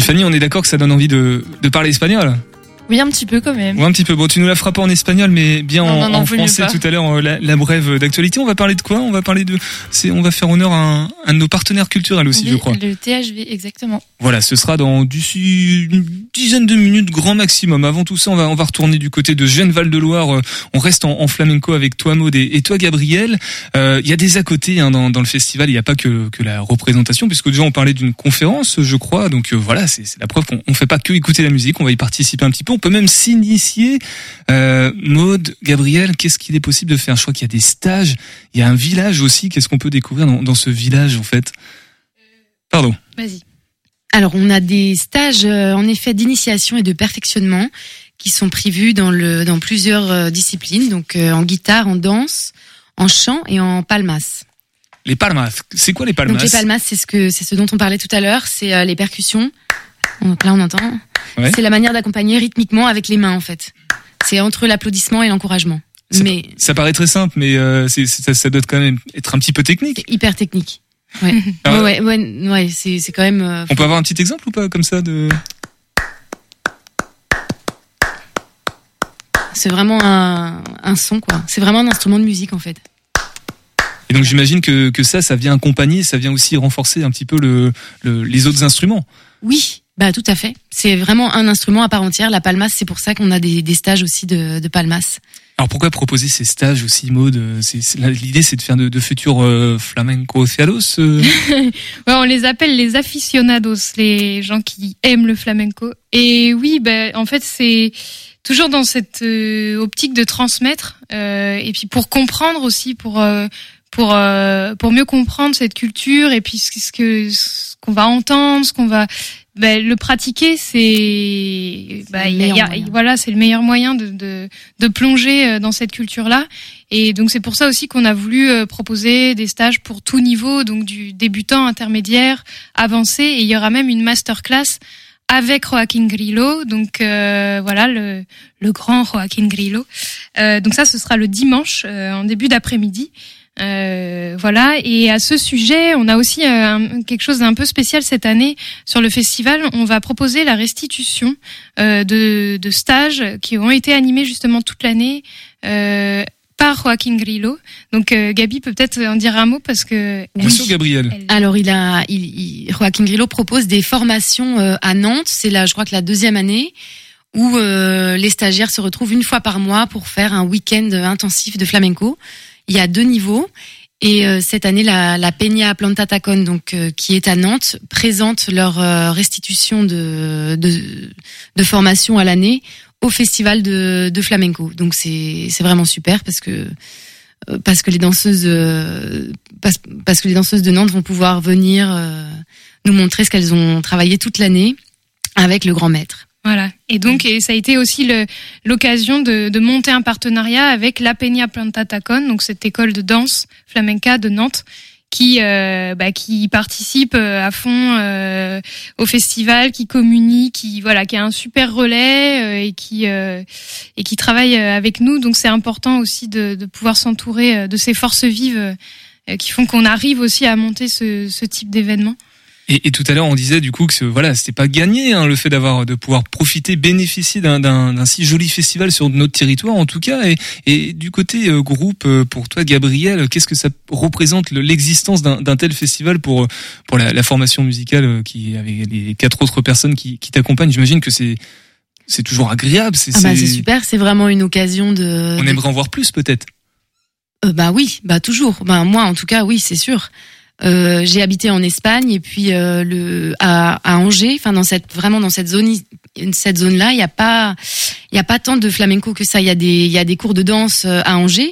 Speaker 5: Fanny, on est d'accord que ça donne envie de, de parler espagnol?
Speaker 2: Oui, un petit peu quand même.
Speaker 5: Ouais, un petit peu. Bon, tu nous la feras pas en espagnol, mais bien
Speaker 2: non,
Speaker 5: en,
Speaker 2: non, non,
Speaker 5: en français
Speaker 2: pas.
Speaker 5: tout à l'heure, la, la brève d'actualité. On va parler de quoi? On va parler de, c'est, on va faire honneur à un, un de nos partenaires culturels aussi,
Speaker 2: oui,
Speaker 5: je crois.
Speaker 2: Le T H V, exactement.
Speaker 5: Voilà, ce sera dans d'ici une dizaine de minutes, grand maximum. Avant tout ça, on va, on va retourner du côté de Gennes-Val de Loire. On reste en, en flamenco avec toi, Maud, et, et toi, Gabriel. Euh, il y a des à côté, hein, dans, dans le festival. Il n'y a pas que, que la représentation, puisque déjà on parlait d'une conférence, je crois. Donc euh, voilà, c'est, c'est la preuve qu'on on fait pas que écouter la musique. On va y participer un petit peu. On peut même s'initier. Euh, Maud, Gabriel, qu'est-ce qu'il est possible de faire? Je crois qu'il y a des stages. Il y a un village aussi. Qu'est-ce qu'on peut découvrir dans, dans ce village, en fait? Pardon.
Speaker 2: Vas-y.
Speaker 8: Alors, on a des stages, euh, en effet, d'initiation et de perfectionnement qui sont prévus dans le dans plusieurs euh, disciplines, donc euh, en guitare, en danse, en chant et en palmas.
Speaker 5: Les palmas, c'est quoi les palmas?
Speaker 8: Donc les palmas, c'est ce que c'est ce dont on parlait tout à l'heure, c'est euh, les percussions. Donc là, on entend.
Speaker 5: Ouais.
Speaker 8: C'est la manière d'accompagner rythmiquement avec les mains, en fait. C'est entre l'applaudissement et l'encouragement.
Speaker 5: Ça,
Speaker 8: mais
Speaker 5: ça paraît très simple, mais euh, c'est, c'est, ça, ça doit quand même être un petit peu technique.
Speaker 8: C'est hyper technique. Ouais,
Speaker 5: Ah
Speaker 8: ouais, ouais, ouais, ouais, c'est c'est quand même. Euh,
Speaker 5: On peut avoir un petit exemple ou pas comme ça de?
Speaker 8: C'est vraiment un un son, quoi. C'est vraiment un instrument de musique, en fait.
Speaker 5: Et donc j'imagine que que ça, ça vient accompagner, ça vient aussi renforcer un petit peu le, le les autres instruments.
Speaker 8: Oui, bah tout à fait. C'est vraiment un instrument à part entière. La palmas, c'est pour ça qu'on a des des stages aussi de de palmas.
Speaker 5: Alors pourquoi proposer ces stages aussi, Maud? C'est, c'est, l'idée, c'est de faire de, de futurs euh, flamenco-fiados euh...
Speaker 2: Ouais, on les appelle les aficionados, les gens qui aiment le flamenco. Et oui, bah, en fait, c'est toujours dans cette euh, optique de transmettre, euh, et puis pour comprendre aussi, pour euh, pour euh, pour mieux comprendre cette culture, et puis ce que ce qu'on va entendre, ce qu'on va ben, le pratiquer, c'est, ben, y a, y a, voilà, c'est le meilleur moyen de, de, de plonger dans cette culture-là. Et donc c'est pour ça aussi qu'on a voulu proposer des stages pour tout niveau, donc du débutant, intermédiaire, avancé. Et il y aura même une masterclass avec Joaquín Grillo, donc euh, voilà le, le grand Joaquín Grillo. Euh, donc ça, ce sera le dimanche euh, en début d'après-midi. Euh, voilà, et à ce sujet, on a aussi euh, un, quelque chose d'un peu spécial cette année sur le festival. On va proposer la restitution euh, de, de stages qui ont été animés justement toute l'année euh, par Joaquín Grillo. Donc euh, Gabi peut peut-être en dire un mot parce que
Speaker 5: bien sûr, Gabriel.
Speaker 8: Elle... Alors il a, il, il, Joaquín Grillo propose des formations euh, à Nantes. C'est là, je crois que la deuxième année où euh, les stagiaires se retrouvent une fois par mois pour faire un week-end intensif de flamenco. Il y a deux niveaux et euh, cette année la, la Peña Planta Tacón, donc euh, qui est à Nantes, présente leur euh, restitution de, de de formation à l'année au festival de, de flamenco. Donc c'est c'est vraiment super parce que euh, parce que les danseuses euh, parce, parce que les danseuses de Nantes vont pouvoir venir euh, nous montrer ce qu'elles ont travaillé toute l'année avec le grand maître.
Speaker 2: Voilà. Et donc, et ça a été aussi le, l'occasion de, de monter un partenariat avec la Peña Planta Tacón, donc cette école de danse flamenca de Nantes, qui euh, bah, qui participe à fond euh, au festival, qui communique, qui voilà, qui a un super relais euh, et qui euh, et qui travaille avec nous. Donc, c'est important aussi de, de pouvoir s'entourer de ces forces vives euh, qui font qu'on arrive aussi à monter ce, ce type d'événement.
Speaker 5: Et, et tout à l'heure, on disait du coup que ce, voilà, c'était pas gagné, hein, le fait d'avoir de pouvoir profiter, bénéficier d'un, d'un, d'un si joli festival sur notre territoire, en tout cas. Et, et du côté euh, groupe, euh, pour toi, Gabriel, qu'est-ce que ça représente le, l'existence d'un, d'un tel festival pour pour la, la formation musicale euh, qui avec les quatre autres personnes qui, qui t'accompagnent? J'imagine que c'est c'est toujours agréable. C'est,
Speaker 8: ah bah
Speaker 5: c'est...
Speaker 8: c'est super, c'est vraiment une occasion de.
Speaker 5: On
Speaker 8: de...
Speaker 5: aimerait en voir plus, peut-être.
Speaker 8: Euh, bah oui, bah toujours. Bah moi, en tout cas, oui, c'est sûr. Euh, j'ai habité en Espagne et puis euh, le à, à Angers, enfin dans cette vraiment dans cette zone cette zone là, il y a pas il y a pas tant de flamenco que ça. Il y a des il y a des cours de danse à Angers,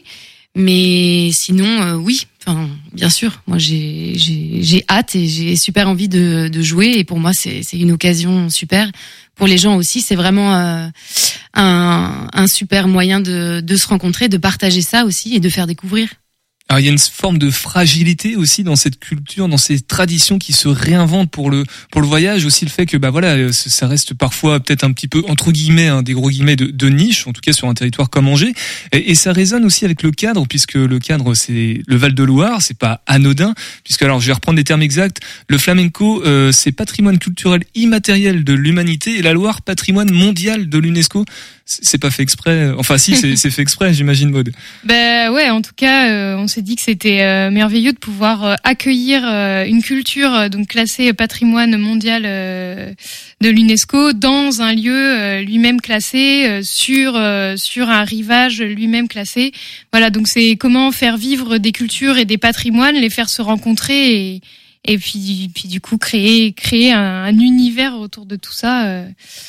Speaker 8: mais sinon euh, oui, enfin bien sûr. Moi j'ai j'ai j'ai hâte et j'ai super envie de de jouer et pour moi c'est c'est une occasion super. Pour les gens aussi, c'est vraiment euh, un un super moyen de de se rencontrer, de partager ça aussi et de faire découvrir.
Speaker 5: Alors il y a une forme de fragilité aussi dans cette culture, dans ces traditions qui se réinventent pour le pour le voyage. Aussi le fait que bah voilà, ça reste parfois peut-être un petit peu entre guillemets, hein, des gros guillemets de, de niche, en tout cas sur un territoire comme Angers. Et, et ça résonne aussi avec le cadre, puisque le cadre c'est le Val-de-Loire, c'est pas anodin. Puisque alors je vais reprendre des termes exacts. Le flamenco, euh, c'est patrimoine culturel immatériel de l'humanité, et la Loire patrimoine mondial de l'UNESCO. C'est pas fait exprès. Enfin si, c'est, c'est fait exprès, j'imagine, Maud.
Speaker 2: Ben ouais, en tout cas, euh, on s'est dit que c'était euh, merveilleux de pouvoir euh, accueillir euh, une culture euh, donc classée patrimoine mondial euh, de l'UNESCO dans un lieu euh, lui-même classé, euh, sur euh, sur un rivage lui-même classé. Voilà, donc c'est comment faire vivre des cultures et des patrimoines, les faire se rencontrer et et puis puis du coup créer créer un, un univers autour de tout ça. Euh,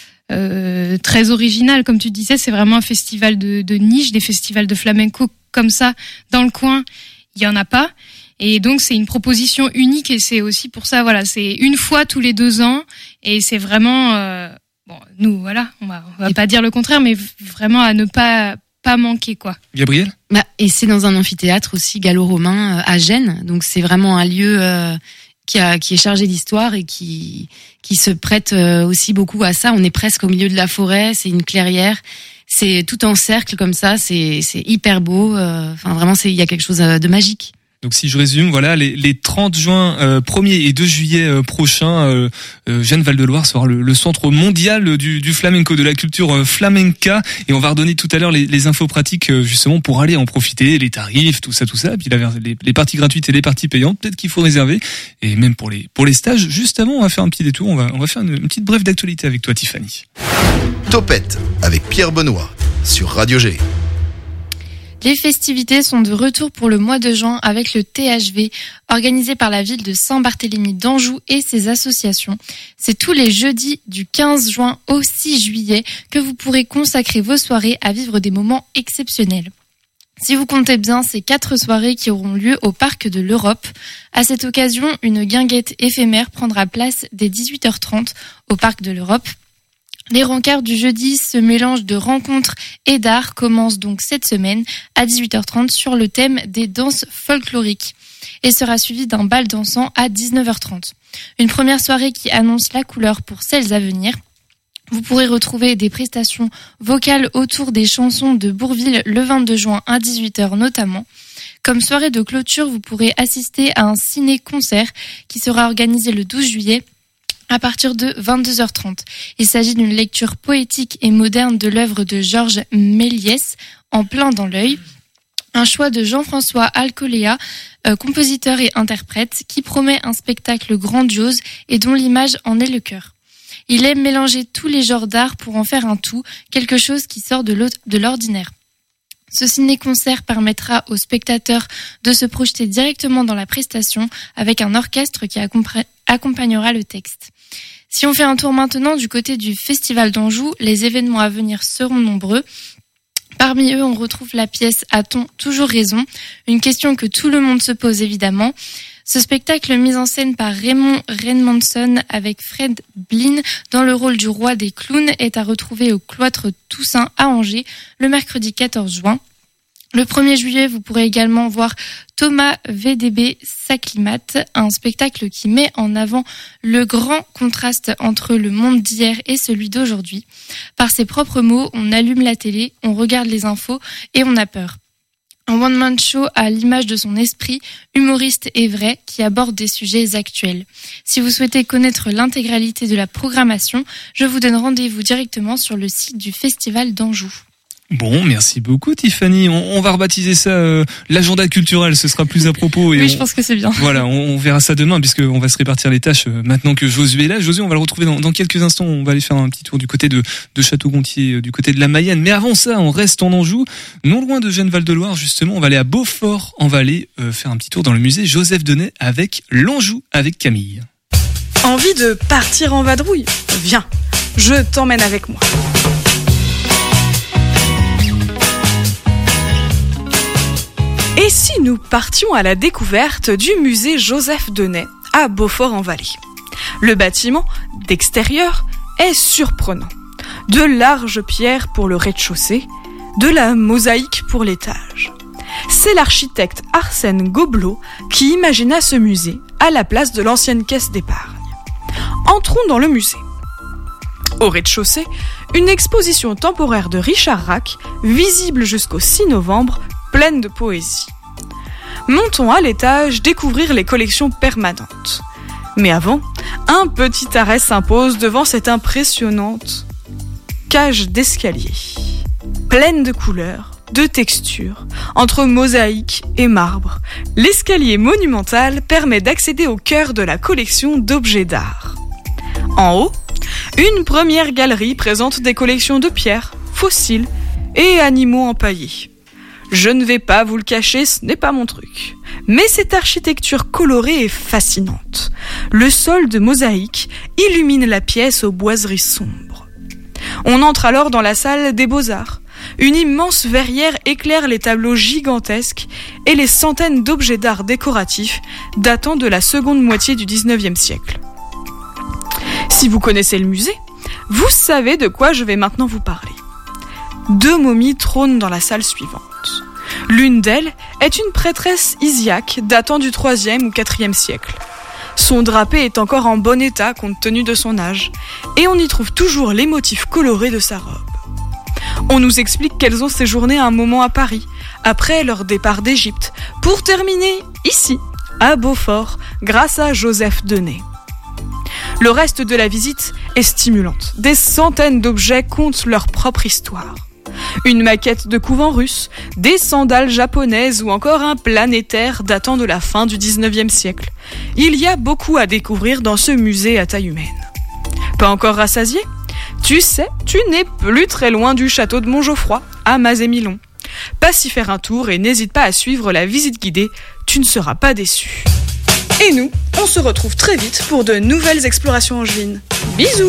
Speaker 2: Euh, très original, comme tu disais, c'est vraiment un festival de, de niche, des festivals de flamenco comme ça dans le coin, il y en a pas, et donc c'est une proposition unique, et c'est aussi pour ça, voilà, c'est une fois tous les deux ans, et c'est vraiment, euh, bon, nous, voilà, on va, on va pas dire le contraire, mais vraiment à ne pas pas manquer, quoi.
Speaker 5: Gabriel ?
Speaker 8: Bah, et c'est dans un amphithéâtre aussi gallo-romain à Gênes, donc c'est vraiment un lieu euh, qui a qui est chargé d'histoire et qui qui se prête aussi beaucoup à ça. On est presque au milieu de la forêt, c'est une clairière, c'est tout en cercle comme ça, c'est c'est hyper beau. Enfin vraiment, c'est il y a quelque chose de magique.
Speaker 5: Donc si je résume, voilà, les, les trente juin, euh, premier et deux juillet euh, prochains, euh, euh, Gênes Val-de-Loire sera le, le centre mondial du, du flamenco, de la culture euh, flamenca, et on va redonner tout à l'heure les, les infos pratiques euh, justement pour aller en profiter, les tarifs, tout ça, tout ça, et puis la, les, les parties gratuites et les parties payantes, peut-être qu'il faut réserver, et même pour les pour les stages. Juste avant, on va faire un petit détour, on va on va faire une, une petite brève d'actualité avec toi, Tiffany.
Speaker 6: Topette avec Pierre Benoît sur Radio G.
Speaker 9: Les festivités sont de retour pour le mois de juin avec le T H V, organisé par la ville de Saint-Barthélemy d'Anjou et ses associations. C'est tous les jeudis du quinze juin au six juillet que vous pourrez consacrer vos soirées à vivre des moments exceptionnels. Si vous comptez bien, c'est quatre soirées qui auront lieu au Parc de l'Europe. À cette occasion, une guinguette éphémère prendra place dès dix-huit heures trente au Parc de l'Europe. Les rencarts du jeudi, ce mélange de rencontres et d'art, commence donc cette semaine à dix-huit heures trente sur le thème des danses folkloriques et sera suivi d'un bal dansant à dix-neuf heures trente. Une première soirée qui annonce la couleur pour celles à venir. Vous pourrez retrouver des prestations vocales autour des chansons de Bourvil le vingt-deux juin à dix-huit heures notamment. Comme soirée de clôture, vous pourrez assister à un ciné-concert qui sera organisé le douze juillet à partir de vingt-deux heures trente. Il s'agit d'une lecture poétique et moderne de l'œuvre de Georges Méliès, En plein dans l'œil, un choix de Jean-François Alcolea, euh, compositeur et interprète, qui promet un spectacle grandiose et dont l'image en est le cœur. Il aime mélanger tous les genres d'art pour en faire un tout, quelque chose qui sort de, de l'ordinaire. Ce ciné-concert permettra aux spectateurs de se projeter directement dans la prestation avec un orchestre qui accompagnera le texte. Si on fait un tour maintenant du côté du Festival d'Anjou, les événements à venir seront nombreux. Parmi eux, on retrouve la pièce « A-t-on toujours raison ?», une question que tout le monde se pose évidemment. Ce spectacle mis en scène par Raymond Redmondson avec Fred Blin dans le rôle du roi des clowns est à retrouver au Cloître Toussaint à Angers le mercredi quatorze juin. Le premier juillet, vous pourrez également voir Thomas V D B s'acclimate, un spectacle qui met en avant le grand contraste entre le monde d'hier et celui d'aujourd'hui. Par ses propres mots, on allume la télé, on regarde les infos et on a peur. Un one-man show à l'image de son esprit, humoriste et vrai, qui aborde des sujets actuels. Si vous souhaitez connaître l'intégralité de la programmation, je vous donne rendez-vous directement sur le site du Festival d'Anjou.
Speaker 5: Bon, merci beaucoup Tiffany. On, on va rebaptiser ça euh, l'agenda culturel, ce sera plus à propos. Et
Speaker 2: oui,
Speaker 5: on,
Speaker 2: je pense que c'est bien.
Speaker 5: Voilà, on, on verra ça demain puisqu'on va se répartir les tâches euh, maintenant que Josué est là. Josué, on va le retrouver dans, dans quelques instants. On va aller faire un petit tour du côté de, de Château-Gontier, euh, du côté de la Mayenne. Mais avant ça, on reste en Anjou, non loin de Gênes Val-de-Loire justement. On va aller à Beaufort-en-Vallée euh, faire un petit tour dans le musée Joseph Denet avec l'Anjou avec Camille.
Speaker 10: Envie de partir en vadrouille ? Viens, je t'emmène avec moi. Et si nous partions à la découverte du musée Joseph Denet à Beaufort-en-Vallée ? Le bâtiment, d'extérieur, est surprenant. De larges pierres pour le rez-de-chaussée, de la mosaïque pour l'étage. C'est l'architecte Arsène Gobelot qui imagina ce musée à la place de l'ancienne caisse d'épargne. Entrons dans le musée. Au rez-de-chaussée, une exposition temporaire de Richard Racq, visible jusqu'au six novembre, pleine de poésie. Montons à l'étage découvrir les collections permanentes. Mais avant, un petit arrêt s'impose devant cette impressionnante cage d'escalier, pleine de couleurs, de textures, entre mosaïque et marbre. L'escalier monumental permet d'accéder au cœur de la collection d'objets d'art. En haut, une première galerie présente des collections de pierres, fossiles et animaux empaillés. Je ne vais pas vous le cacher, ce n'est pas mon truc. Mais cette architecture colorée est fascinante. Le sol de mosaïque illumine la pièce aux boiseries sombres. On entre alors dans la salle des Beaux-Arts. Une immense verrière éclaire les tableaux gigantesques et les centaines d'objets d'art décoratifs datant de la seconde moitié du dix-neuvième siècle. Si vous connaissez le musée, vous savez de quoi je vais maintenant vous parler. Deux momies trônent dans la salle suivante. L'une d'elles est une prêtresse isiaque datant du troisième ou quatrième siècle. Son drapé est encore en bon état compte tenu de son âge, et on y trouve toujours les motifs colorés de sa robe. On nous explique qu'elles ont séjourné un moment à Paris, après leur départ d'Égypte, pour terminer ici, à Beaufort, grâce à Joseph Denay. Le reste de la visite est stimulante. Des centaines d'objets content leur propre histoire. Une maquette de couvent russe, des sandales japonaises ou encore un planétaire datant de la fin du dix-neuvième siècle. Il y a beaucoup à découvrir dans ce musée à taille humaine. Pas encore rassasié ? Tu sais, tu n'es plus très loin du château de Montgeoffroy, à Mazet-Milon. Passe y faire un tour et n'hésite pas à suivre la visite guidée, tu ne seras pas déçu. Et nous, on se retrouve très vite pour de nouvelles explorations angevines. Bisous!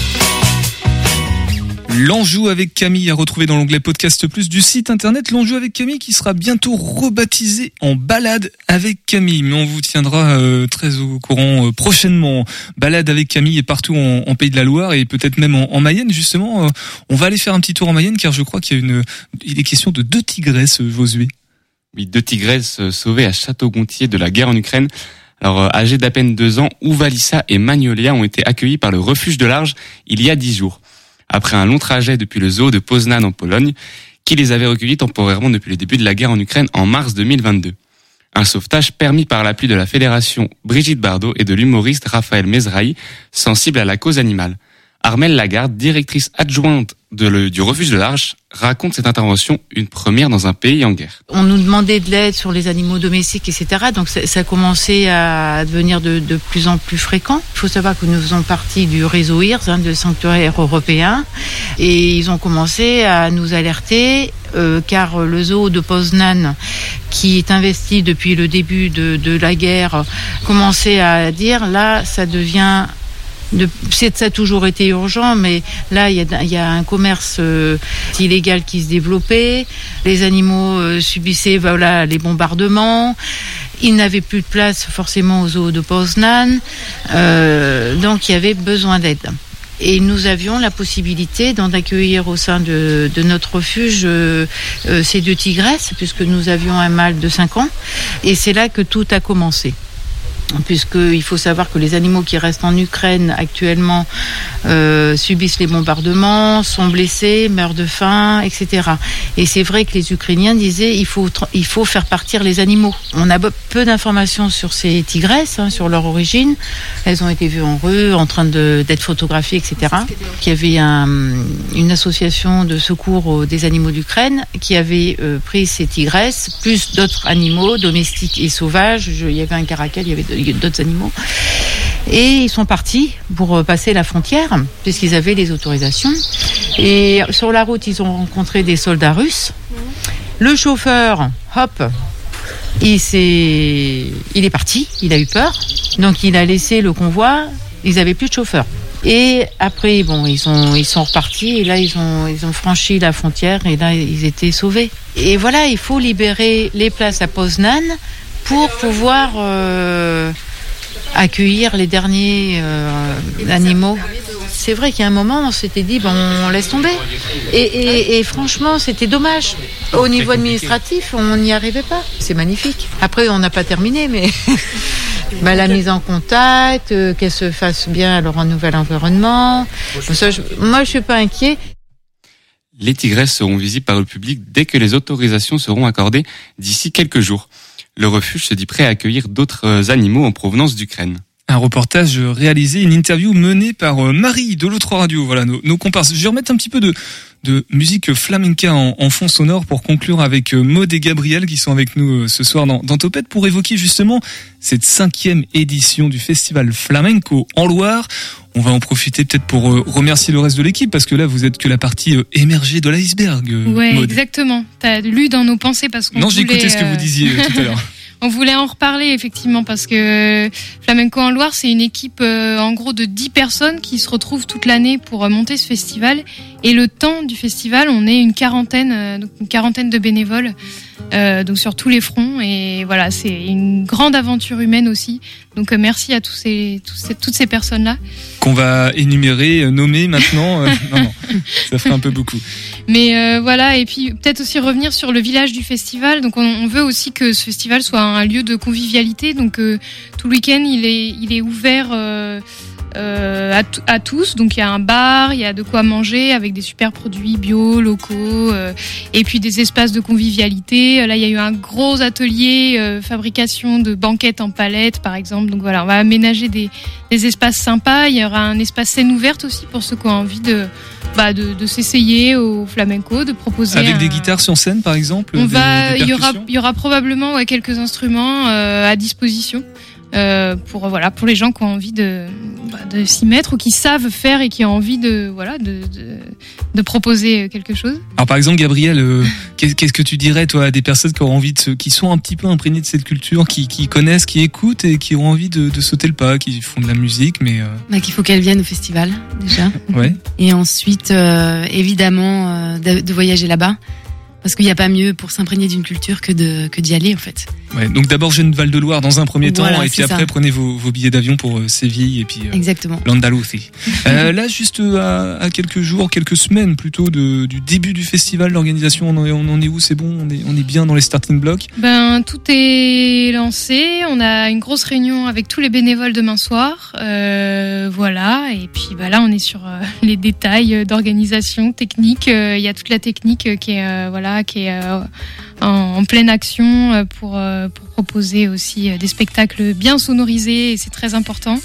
Speaker 5: L'Anjou avec Camille à retrouver dans l'onglet Podcast Plus du site internet. L'Anjou avec Camille qui sera bientôt rebaptisé en Balade avec Camille. Mais on vous tiendra euh, très au courant euh, prochainement. Balade avec Camille est partout en, en Pays de la Loire et peut-être même en, en Mayenne justement. Euh, on va aller faire un petit tour en Mayenne car je crois qu'il y a une, il est question de deux tigresses, Josué.
Speaker 7: Oui, deux tigresses sauvées à Château-Gontier de la guerre en Ukraine. Alors, euh, âgées d'à peine deux ans, Uvalissa et Magnolia ont été accueillis par le refuge de l'Arche il y a dix jours. Après un long trajet depuis le zoo de Poznan en Pologne, qui les avait recueillis temporairement depuis le début de la guerre en Ukraine en mars deux mille vingt-deux. Un sauvetage permis par l'appui de la fédération Brigitte Bardot et de l'humoriste Raphaël Mezrahi, sensible à la cause animale. Armelle Lagarde, directrice adjointe de le, du refuge de l'Arche, raconte cette intervention une première dans un pays en guerre.
Speaker 11: On nous demandait de l'aide sur les animaux domestiques, et cetera. Donc ça, ça a commencé à devenir de, de plus en plus fréquent. Il faut savoir que nous faisons partie du réseau I R S, hein, de sanctuaires européens, et ils ont commencé à nous alerter euh, car le zoo de Poznan, qui est investi depuis le début de, de la guerre, commençait à dire là, ça devient De, c'est, ça a toujours été urgent, mais là, il y a, y a un commerce euh, illégal qui se développait. Les animaux euh, subissaient voilà, les bombardements. Ils n'avaient plus de place forcément au zoo de Poznan. Euh, donc, il y avait besoin d'aide. Et nous avions la possibilité d'en accueillir au sein de, de notre refuge euh, euh, ces deux tigresses, puisque nous avions un mâle de cinq ans. Et c'est là que tout a commencé. Puisqu'il faut savoir que les animaux qui restent en Ukraine actuellement euh, subissent les bombardements, sont blessés, meurent de faim, et cetera. Et c'est vrai que les Ukrainiens disaient il faut il faut faire partir les animaux. On a peu d'informations sur ces tigresses, hein, sur leur origine. Elles ont été vues en rue, en train de, d'être photographiées, et cetera. Il y avait un, une association de secours des animaux d'Ukraine qui avait euh, pris ces tigresses, plus d'autres animaux domestiques et sauvages. Je, il y avait un caracal, il y avait de, d'autres animaux, et ils sont partis pour passer la frontière puisqu'ils avaient les autorisations. Et sur la route, ils ont rencontré des soldats russes. Le chauffeur, hop, il s'est, il est parti, il a eu peur, donc il a laissé le convoi. Ils avaient plus de chauffeur. Et après, bon, ils sont, ils sont repartis, et là, ils ont, ils ont franchi la frontière, et là, ils étaient sauvés. Et voilà, il faut libérer les places à Poznan pour pouvoir euh, accueillir les derniers euh, animaux. c'est vrai qu'il y a un moment, on s'était dit, bon, on laisse tomber. Et, et, et franchement, c'était dommage. Au niveau administratif, on n'y arrivait pas. C'est magnifique. Après, on n'a pas terminé, mais bah, la mise en contact, euh, qu'elle se fasse bien alors un nouvel environnement. Ça, je, moi, je suis pas inquiet.
Speaker 7: Les tigresses seront visibles par le public dès que les autorisations seront accordées d'ici quelques jours. Le refuge se dit prêt à accueillir d'autres animaux en provenance d'Ukraine.
Speaker 5: Un reportage réalisé, une interview menée par Marie de l'O trois Radio. Voilà, nos, nos comparses. Je vais remettre un petit peu de, de musique flamenca en, en fond sonore pour conclure avec Maud et Gabriel qui sont avec nous ce soir dans, dans Topette pour évoquer justement cette cinquième édition du festival flamenco en Loire. On va en profiter peut-être pour remercier le reste de l'équipe parce que là vous êtes que la partie émergée de l'iceberg.
Speaker 2: Ouais,
Speaker 5: Maud.
Speaker 2: Exactement. T'as lu dans nos pensées parce qu'on
Speaker 5: Non, j'ai
Speaker 2: voulait,
Speaker 5: écouté ce que
Speaker 2: euh...
Speaker 5: vous disiez tout à l'heure.
Speaker 2: On voulait en reparler effectivement parce que Flamenco en Loire, c'est une équipe euh, en gros de dix personnes qui se retrouvent toute l'année pour euh, monter ce festival. Et le temps du festival, on est une quarantaine, euh, donc une quarantaine de bénévoles, euh, donc sur tous les fronts. Et voilà, c'est une grande aventure humaine aussi. Donc euh, merci à tous ces, tous ces, toutes ces personnes-là.
Speaker 5: Qu'on va énumérer, euh, nommer maintenant. Euh, non, non, ça ferait un peu beaucoup.
Speaker 2: Mais euh, voilà, et puis peut-être aussi revenir sur le village du festival. Donc on, on veut aussi que ce festival soit un lieu de convivialité. Donc euh, tout le week-end, il est, il est ouvert euh, euh, à, t- à tous. Donc il y a un bar, il y a de quoi manger avec des super produits bio, locaux, euh, et puis des espaces de convivialité. Là, il y a eu un gros atelier euh, fabrication de banquettes en palettes, par exemple. Donc voilà, on va aménager des, des espaces sympas. Il y aura un espace scène ouverte aussi pour ceux qui ont envie de Bah de, de s'essayer au flamenco, de proposer
Speaker 5: avec
Speaker 2: un...
Speaker 5: des guitares sur scène par exemple.
Speaker 2: On
Speaker 5: des,
Speaker 2: va,
Speaker 5: des
Speaker 2: il y aura, il y aura probablement ouais, quelques instruments euh, à disposition euh, pour voilà pour les gens qui ont envie de bah, de s'y mettre ou qui savent faire et qui ont envie de voilà de de, de proposer quelque chose.
Speaker 5: Alors par exemple Gabriel, euh, qu'est-ce, qu'est-ce que tu dirais toi à des personnes qui ont envie de se, qui sont un petit peu imprégnées de cette culture, qui, qui connaissent, qui écoutent et qui ont envie de, de sauter le pas, qui font de la musique mais euh...
Speaker 8: bah, qu'il faut qu'elles viennent au festival déjà.
Speaker 5: Ouais.
Speaker 8: Et ensuite euh, évidemment euh, de, de voyager là-bas. Parce qu'il n'y a pas mieux pour s'imprégner d'une culture que de que d'y aller en fait.
Speaker 5: Ouais, donc d'abord Jeune Val-de-Loire dans un premier
Speaker 8: Voilà,
Speaker 5: temps et puis après
Speaker 8: ça.
Speaker 5: prenez vos, vos billets d'avion pour euh, Séville et puis euh,
Speaker 8: Exactement.
Speaker 5: l'Andalousie. euh, là juste à, à quelques jours, quelques semaines plutôt de, du début du festival, l'organisation on en est, on en est où? C'est bon, on est on est bien dans les starting blocks?
Speaker 2: Ben tout est lancé. On a une grosse réunion avec tous les bénévoles demain soir. Euh, voilà et puis bah là on est sur euh, les détails d'organisation technique. Il euh, y a toute la technique qui est euh, voilà qui est euh, en, en pleine action pour, euh, pour proposer aussi des spectacles bien sonorisés et c'est très important.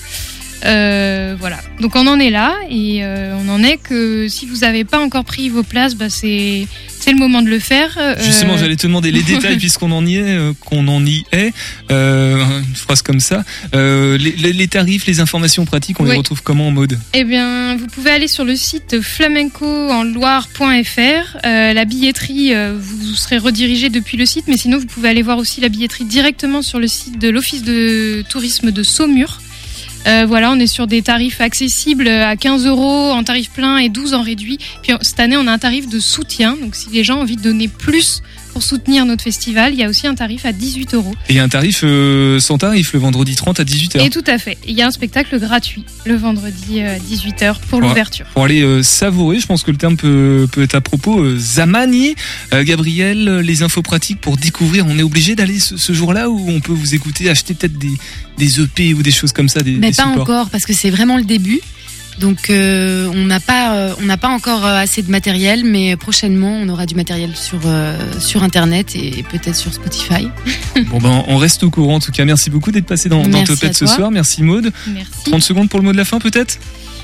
Speaker 2: Euh, voilà, donc on en est là et euh, on en est que si vous n'avez pas encore pris vos places, bah c'est c'est le moment de le faire.
Speaker 5: Justement,
Speaker 2: euh...
Speaker 5: j'allais te demander les détails puisqu'on en y est, euh, qu'on en y est. Euh, une phrase comme ça. Euh, les, les, les tarifs, les informations pratiques, on oui. les retrouve comment en mode?
Speaker 2: Eh bien, vous pouvez aller sur le site flamenco en loire point f r. Euh, la billetterie, euh, vous serez redirigé depuis le site, mais sinon vous pouvez aller voir aussi la billetterie directement sur le site de l'Office de tourisme de Saumur. Euh, voilà, on est sur des tarifs accessibles à quinze euros en tarif plein et douze en réduit. Puis cette année, on a un tarif de soutien. Donc, si les gens ont envie de donner plus pour soutenir notre festival, il y a aussi un tarif à dix-huit euros.
Speaker 5: Et un tarif euh, sans tarif le vendredi trente à dix-huit heures.
Speaker 2: Et tout à fait. Il y a un spectacle gratuit le vendredi à dix-huit heures pour, pour l'ouverture.
Speaker 5: Pour aller euh, savourer, je pense que le terme peut, peut être à propos. Euh, Zamani, euh, Gabriel, les infos pratiques pour découvrir. On est obligé d'aller ce, ce jour-là ou on peut vous écouter, acheter peut-être des, des E P ou des choses comme ça, des,
Speaker 8: Mais
Speaker 5: des
Speaker 8: pas
Speaker 5: supports.
Speaker 8: encore parce que c'est vraiment le début. Donc euh, on n'a pas euh, on n'a pas encore euh, assez de matériel, mais prochainement on aura du matériel sur euh, sur internet et peut-être sur Spotify.
Speaker 5: Bon ben on reste au courant en tout cas. Merci beaucoup d'être passé dans, dans Topette ce soir. Merci Maud.
Speaker 2: Merci.
Speaker 5: trente secondes pour le mot de la fin peut-être.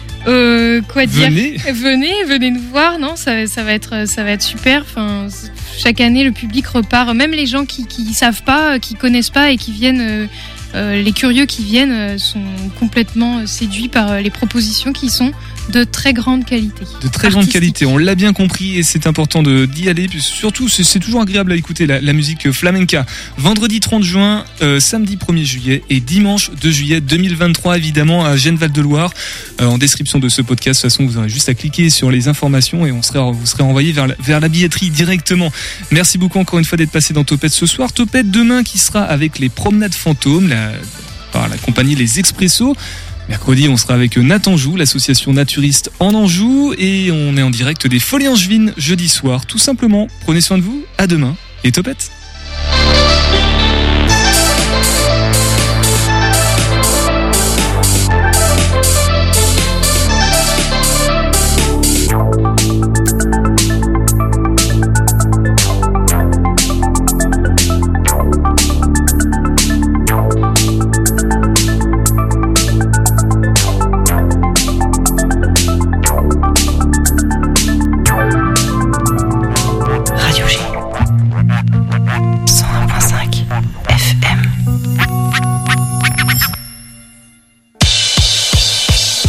Speaker 2: Euh, quoi dire?
Speaker 5: Venez.
Speaker 2: Venez, venez nous voir. Non, ça, ça va être, ça va être super. Enfin, chaque année le public repart. Même les gens qui qui savent pas, qui connaissent pas et qui viennent. Euh, Euh, les curieux qui viennent euh, sont complètement séduits par euh, les propositions qui sont de très grande qualité.
Speaker 5: De très grande qualité, on l'a bien compris et c'est important de, d'y aller. Puis surtout, c'est, c'est toujours agréable à écouter la, la musique flamenca. Vendredi trente juin, euh, samedi premier juillet et dimanche deux juillet deux mille vingt-trois, évidemment, à Gênes-Val-de-Loire. Euh, en description de ce podcast, de toute façon, vous aurez juste à cliquer sur les informations et on serait, vous serez envoyé vers la, vers la billetterie directement. Merci beaucoup encore une fois d'être passé dans Topette ce soir. Topette demain qui sera avec les promenades fantômes, la, par la compagnie Les Expressos. Mercredi, on sera avec Natanjou, l'association naturiste en Anjou, et on est en direct des Folies Angevines jeudi soir. Tout simplement, prenez soin de vous, à demain, et topette.